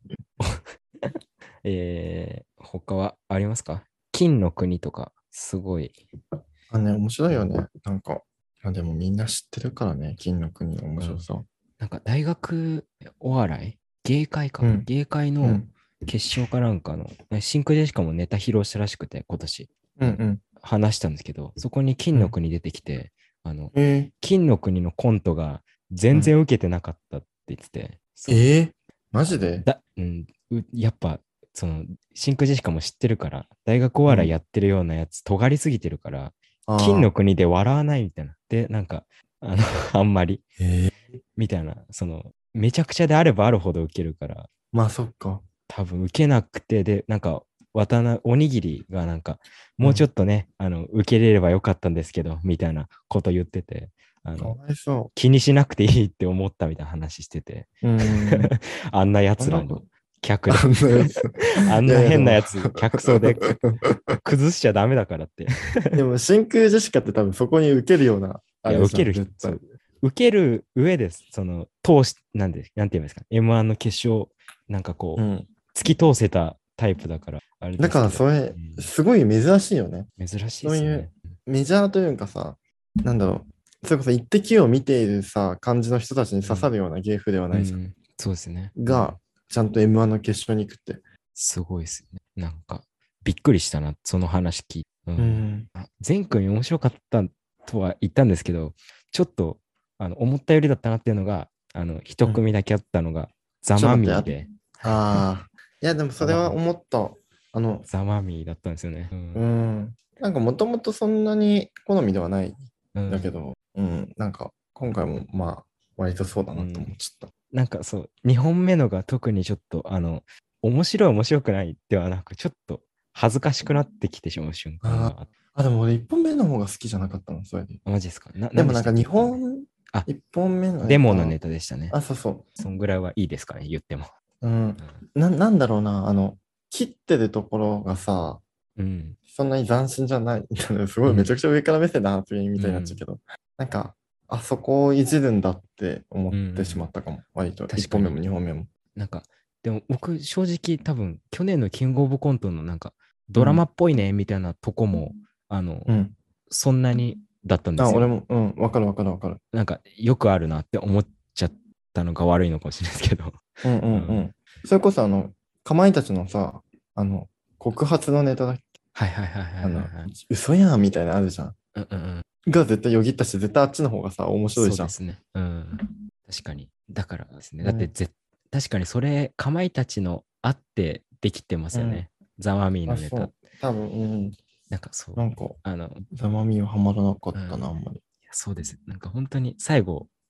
えー、他はありますか？金の国とか、すごい。 あ、ね、面白いよね。なんか、あ、でもみんな知ってるからね、金の国の面うん。 白さ。 なんか大学お笑い芸会か。 うん、 芸会のうん、 決勝かなんかの、真空ジェシカもネタ披露したらしくて、今年。 うん、 あの、 うん、 話したんですけど、そこに金うん。 の国出てきて、あの、 え金の国のコントがー、うん。 全然受けてなかったって言ってて、そう。 えー、マあの、 ジで？ だ、うん、うやっぱ、その、真空ジェシカも知ってるから、大学おうん。 笑いやってるようなやつ、尖りすぎてるから、金のああ、 国で笑わないみたいな。で、なんか、あの、あんまり、 えー、 みたいな、その、めちゃくちゃであればあるほど受けるから、 まあそっか。 多分受けなくて、で、なんか、渡辺、おにぎりがなんか、もうちょっうん。 とね、あの、受け入れればよかったんですけど、みたいなこと言ってて、あかの、 わいそ気にしなくていいって思ったみたいな話してて、 う。うーん。 あんな奴らに、 そんなこと、 客であんなやつ。 あんないやいや、でも変なやつ、客層で崩しちゃダメだからってでも真空ジェシカって多分そこに受けるような、 いや、 あれじゃん、 受ける人、 絶対。 そう、受ける上です。その、通し、なんで、なんて言うんですか、エムワン の決勝、なんかこう、 うん。 突き通せたタイプだから、あれだからですけど、 それ、 うん、 すごい珍しいよね。 珍しいですよね。 そういうメジャーというかさ、なんだろう、それこそイッテ Q を見ているさ、感じの人たちにうん、 刺さるような芸風ではないじゃうん、そうですね。 ん。 うん、 が、ちゃんと エムワン の決勝に行くって。 すごいですね。なんか、びっくりしたな、その話聞いて。ううん。 ん。 あ前君面白かったとは言ったんですけど、ちょっと、あの、思ったよりだったなっていうのが、あの、一うん。 組だけあったのが、ザ・マちょっと待って、 ミーで、 ああー。いや、でもそれはザマミー、 思った。あの、 ザ・マミーだったんですよね。ううん。 ん。なんかもともとそんなに好みではないんうん。 だけど、うん。なんか今回もまあ、割とそうだなと思っうん。 ちゃった。 なんかそう、にほんめのが特にちょっと、あの、面白い面白くないではなく、ちょっと恥ずかしくなってきてしまう瞬間あがあっあ、あ、でも俺いっぽんめの方が好きじゃなかったの、それで。 マジですか？な、 でもなんかなんでしたっけ？ にほん、 あ、 いっぽんめのネタ、 デモのネタでしたね。 あ、そうそそんぐらいはいいですかね、言っても。 う。うん。 うん。 な、なんだろうな、あの、切ってるところがさ、 うん。 そんなに斬新じゃない。すごいめちうん。 ゃくちゃ上から目線な発言みたいになっちゃううん。 けど、なんか、あそこをいじるんだって思うん。うってしまん。 ったかも。割と。1 確かに。 本目もにほんめも。 なんか、でも僕、正直多分、去年のキングオブコントのなんか、ドラマうん。 っぽいね、みたいなとこも、あの、 うん。 そんなにだったんであ、 すよ。 俺も、うん、わかるわかるわかる。 なんか、よくあるなって思っちゃったのが悪いのかもしれないですけど。 うんううん。 んうん。それこそ、あの、かまいたちのさ、あの、告発のネタだっけ？ はいはいはいはいあの、 はいはい。 嘘やんみたいなのあるじゃん。 うんうんうん。 が絶対よぎったし、絶対あっちの方がさ、面白いじゃん。 そうですね。うん。確かに。だからですね。だってね。 ぜ、確かにそれ、かまいたちのあってできてますうん。 よね。ザ・マミーあ、 のネタ。 そう。多分、うん。 なんかそう。 なんか、 あの、 ざまみはハマらなかったな、あうん。 んまり。 いやそうです。なんか本当に最後、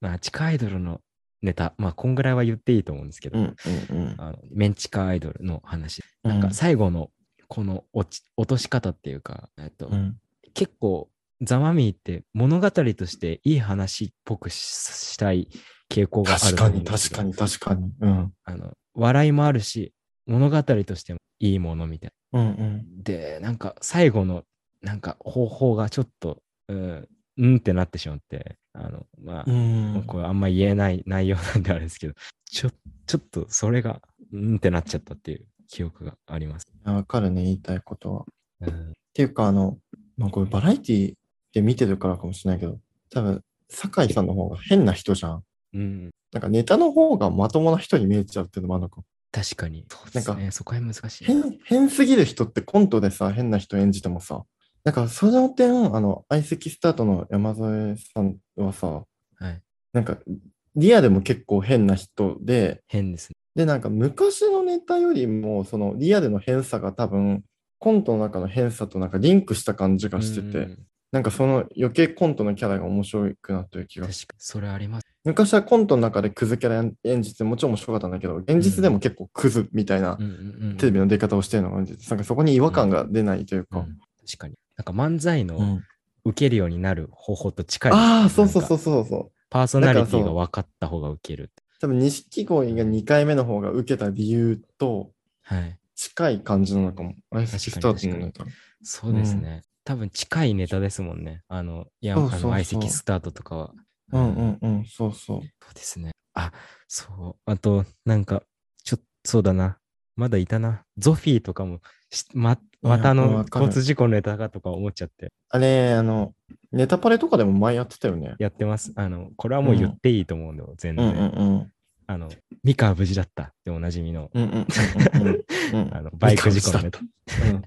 まあ、地下アイドルのネタ、まあ、こんぐらいは言っていいと思うんですけど、 うんうんうん。 あのメン地下アイドルの話。なんかうん最後のこの落ち落とし方っていうか、えっと、 うん結構ザ・マミィって物語としていい話っぽくししたい傾向があると確かに思うんですけど、 確かに確かに。うん。 あの笑いもあるし、物語としてもいいものみたいうんうんな。で、なんか最後のなんか方法がちょっと、うん、うんってなってしまって、あの、まうあ、 ん。 これあんま言えない内容なんであれですけど、ちょ、ちょっとそれが、うんってなっちゃったっていう記憶があります。 わかるね、言いたいことは。っうん。 ていうか、あの、まあ、これバラエティで見てるからかもしれないけど、多分、酒井さんの方が変な人じゃん。 うん、 なんかネタの方がまともな人に見えちゃうっていうのもあるのかも。 確かに。そうでなんか、 すね。そこは難しいな。 変、変すぎる人ってコントでさ、変な人演じてもさ、なんかその点、あの、相席スタートの山添さんはさ、 はい。 なんか、リアルも結構変な人で、 変ですね。 で、なんか昔のネタよりも、そのリアルの変さが多分、コントの中の変さとなんかリンクした感じがうしてて、 ん。 なんかその余計コントのキャラが面白くなってる気がする。 確かに。それあります。 昔はコントの中でクズキャラ演じてもちろん面白かったんだけど、現実でも結構クズみたいなうんうんうんテレビの出方をしてるのが感じて、なんかそこに違和感が出ないというか、 うん。確かに。なんか漫才のうん。 受けるようになる方法と近いですああ、 ね。なんか、 そうそうそうそうそう。 パーソだナリティがからそう、 分かった方が受ける。 多分錦鯉がにかいめの方が受けた理由とはい。 近い感じなのかも。相席確かスタートに確かに。 のネタ。 そううん。 ですね。多分近いネタですもんね。あの、いや、 そうあの、 そうそ相席スタートとかは。 う。うんううん。 んうん、そうそう。 そうですね。あ、そう。あと、なんか、ちょっと、そうだな。まだいたな。ゾフィーとかもし、ま、まいや、 たあの、 わかる。 交通事故のネタかとか思っちゃって、 あれ、あの、ネタパレとかでも前やってたよね。 やってます。あの、これはもう言っうん。 ていいと思うんだよ、 うんうん全然。 うん。 あの、ミカは無事だったっておなじみの、 うんうんうんうんうん。うん。 あの、バミイクカウジだった。 事故のネタ。 うん。い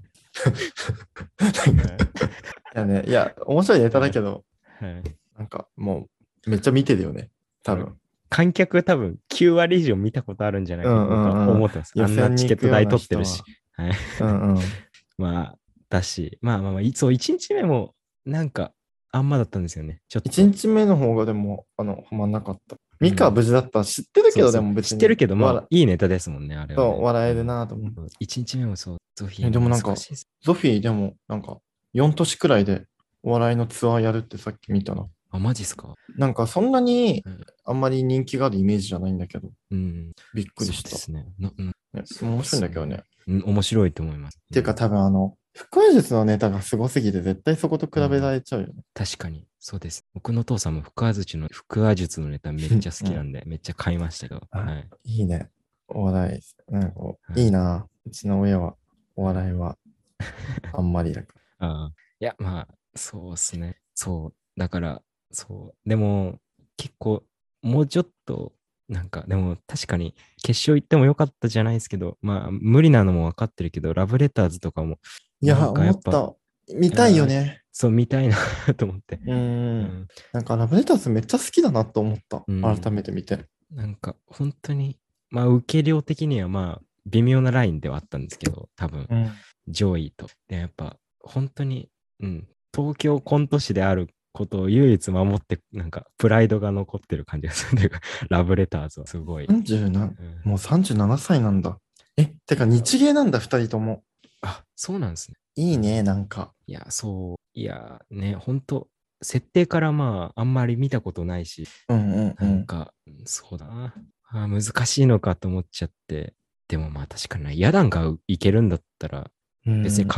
はいやね、いや、面白いネタはいだけど、 はい。 なんかもう、めっちゃ見てるよね。多これ、 分。 観客多分きゅう割以上見たことあるんじゃないうんかと僕はうんうん。 思ってます。あ予んな選に行くようチケット代な人は。 取ってるし。はい。 うんうん。 まあ、だし、まあまあまあ、いそう、いちにちめも、なんか、あんまだったんですよね。ちょっ一と。 日目の方がでも、あの、はまんなかった。ミカはうん。 無事だった。知ってるけど、でそうそう。 も別に、 知ってるけど、まあ、 笑、 いいネタですもんね、あれはそう、 ね。 笑えるうん。 なと思う。 いちにちめもそう、ゾフィえ、 ーも難でもなんか、 しいです。 ゾフィーでも、なんか、よん都市くらいでお笑いのツアーやるってさっき見たな。 あ、マジっすか？ なんか、そんなにうん。 あんまり人気があるイメージじゃないんだけど、 うん、 びっくりそうした。 ですね。なうん、 ね、 そう面白いんですね。 だけどね。っうん、面白いと思います。うん。 ていうか多分あの、腹話術のネタがすごすぎて絶対そこと比べらうん、 れちゃうよね。 確かに、そうです。僕の父さんも腹話術の、腹話術のネタめっちゃ好うん。 きなんで、めっちゃ買いましたけど。 あ、 はい。 いいね。お笑い。なんかこうはい。 いいな。うちの親はおはい。 笑いはあんまりだかああ。いや、まあ、そうっすね。そう。だから、そう。でも、結構、もうちょっと、なんか、でも確かに決勝行ってもよかったじゃないですけど、まあ、無理なのも分かってるけど、ラブレターズとかも、 ら。いなんや、 かやっぱ、 思った。見たいよあーね。 そう、見たいなと思って。 うーん。 うん。 なんかラブレターズめっちゃ好きだなと思った。 うん。 改めて見て。 なんか、本当に、まあ、受け量的には、まあ、微妙なラインではあったんですけど、多分、 うん。 上位と。で、やっぱ、本当に、うん、東京コント師であることを唯一守って、なんか、プライドが残ってる感じがするというか、ラブレターズはすごい。 さんじゅうな、 うん、 もうさんじゅうななさいなんだ。え、てか日芸なんだ、二人とも。 あ、そうなんですね。 いいね、 うん、 なんか。 いや、そう、いや、ね、本当設定からまあ、あんまり見たことないし、 うんうんうん。 なんか、そうだな。あ難しいのかと思っちゃって。でもまあ確かにな、ヤダンがいけるんだったら、 うん、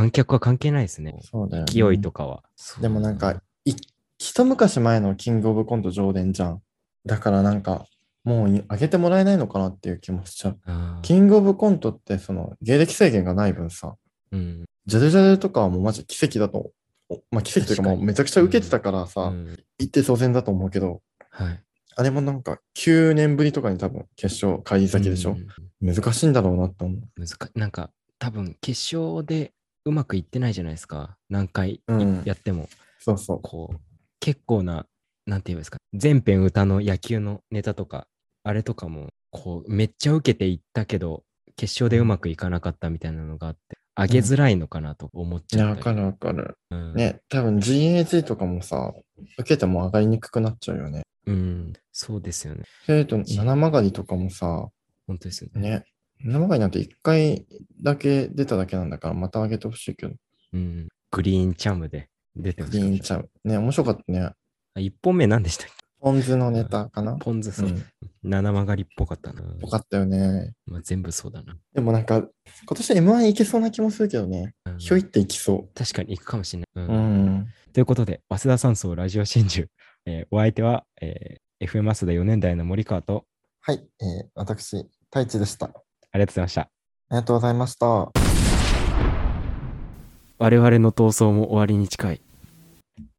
別に観客は関係ないですね。 そうだよ勢いね。 とかは。そうでもなんか、 だな。 い、一昔前のキングオブコント常連じゃん。だからなんか、もうい上げてもらえないのかなっていう気もしちゃう。 あキングオブコントってその芸歴制限がない分さ、 ーうん。 ジャルジャルとかはもうマジ奇跡だと、おまあ奇跡というかもう確かに。 めちゃくちゃ受けてうん。 たからさ、 うん。 行って当然だと思うけど、 はい。 あれもなんかきゅうねんぶりとかに多分決勝返りう咲きでしょ。 ん。 難しいんだろうなって思う。 難か、なんか、多分決勝でうまくいってないじゃないですか。何回いうん。 やっても。 そうそこう、結構な、なんて言うんですか、全編歌の野球のネタとか、あれとかも、こう、めっちゃ受けていったけど、決勝う。うん。 でうまくいかなかったみたいなのがあって、上うん。 げづらいのかなと思っいや、 ちゃったり。 わかるわかる。 うん。 ね、多分 ジーエージー とかもさ、受けても上がりにくくなっちゃうよね。 うん、そうですよね。 それと、七曲りとかもさ、 本当ですよね。 ね、七曲りなんて一回だけ出ただけなんだから、また上げてほしいけど、 うん、グリーンチャムで出てクほしかった。 リーンちゃう。ね、面白かったね。 あ、一本目何でしたっけ？ ポン酢のネあ、 タかな。 ポン酢、そう。 うん。 七曲りっぽかったな。 よかったよね。 まあ、全部そうだな。 でもなんか、今年 エムワン いけそうな気もするけどね。 うん、 ひょいっていきそ確かに行くかもしれない。うう。うんん。 ということで、早稲田山荘ラジオ真珠、えーお相手は、えー エフエム 早稲田よねん代の森川と、 はい、えー私、太一でした。あありがとうございました。 りがとうございました。 我々の闘争も終わりに近い。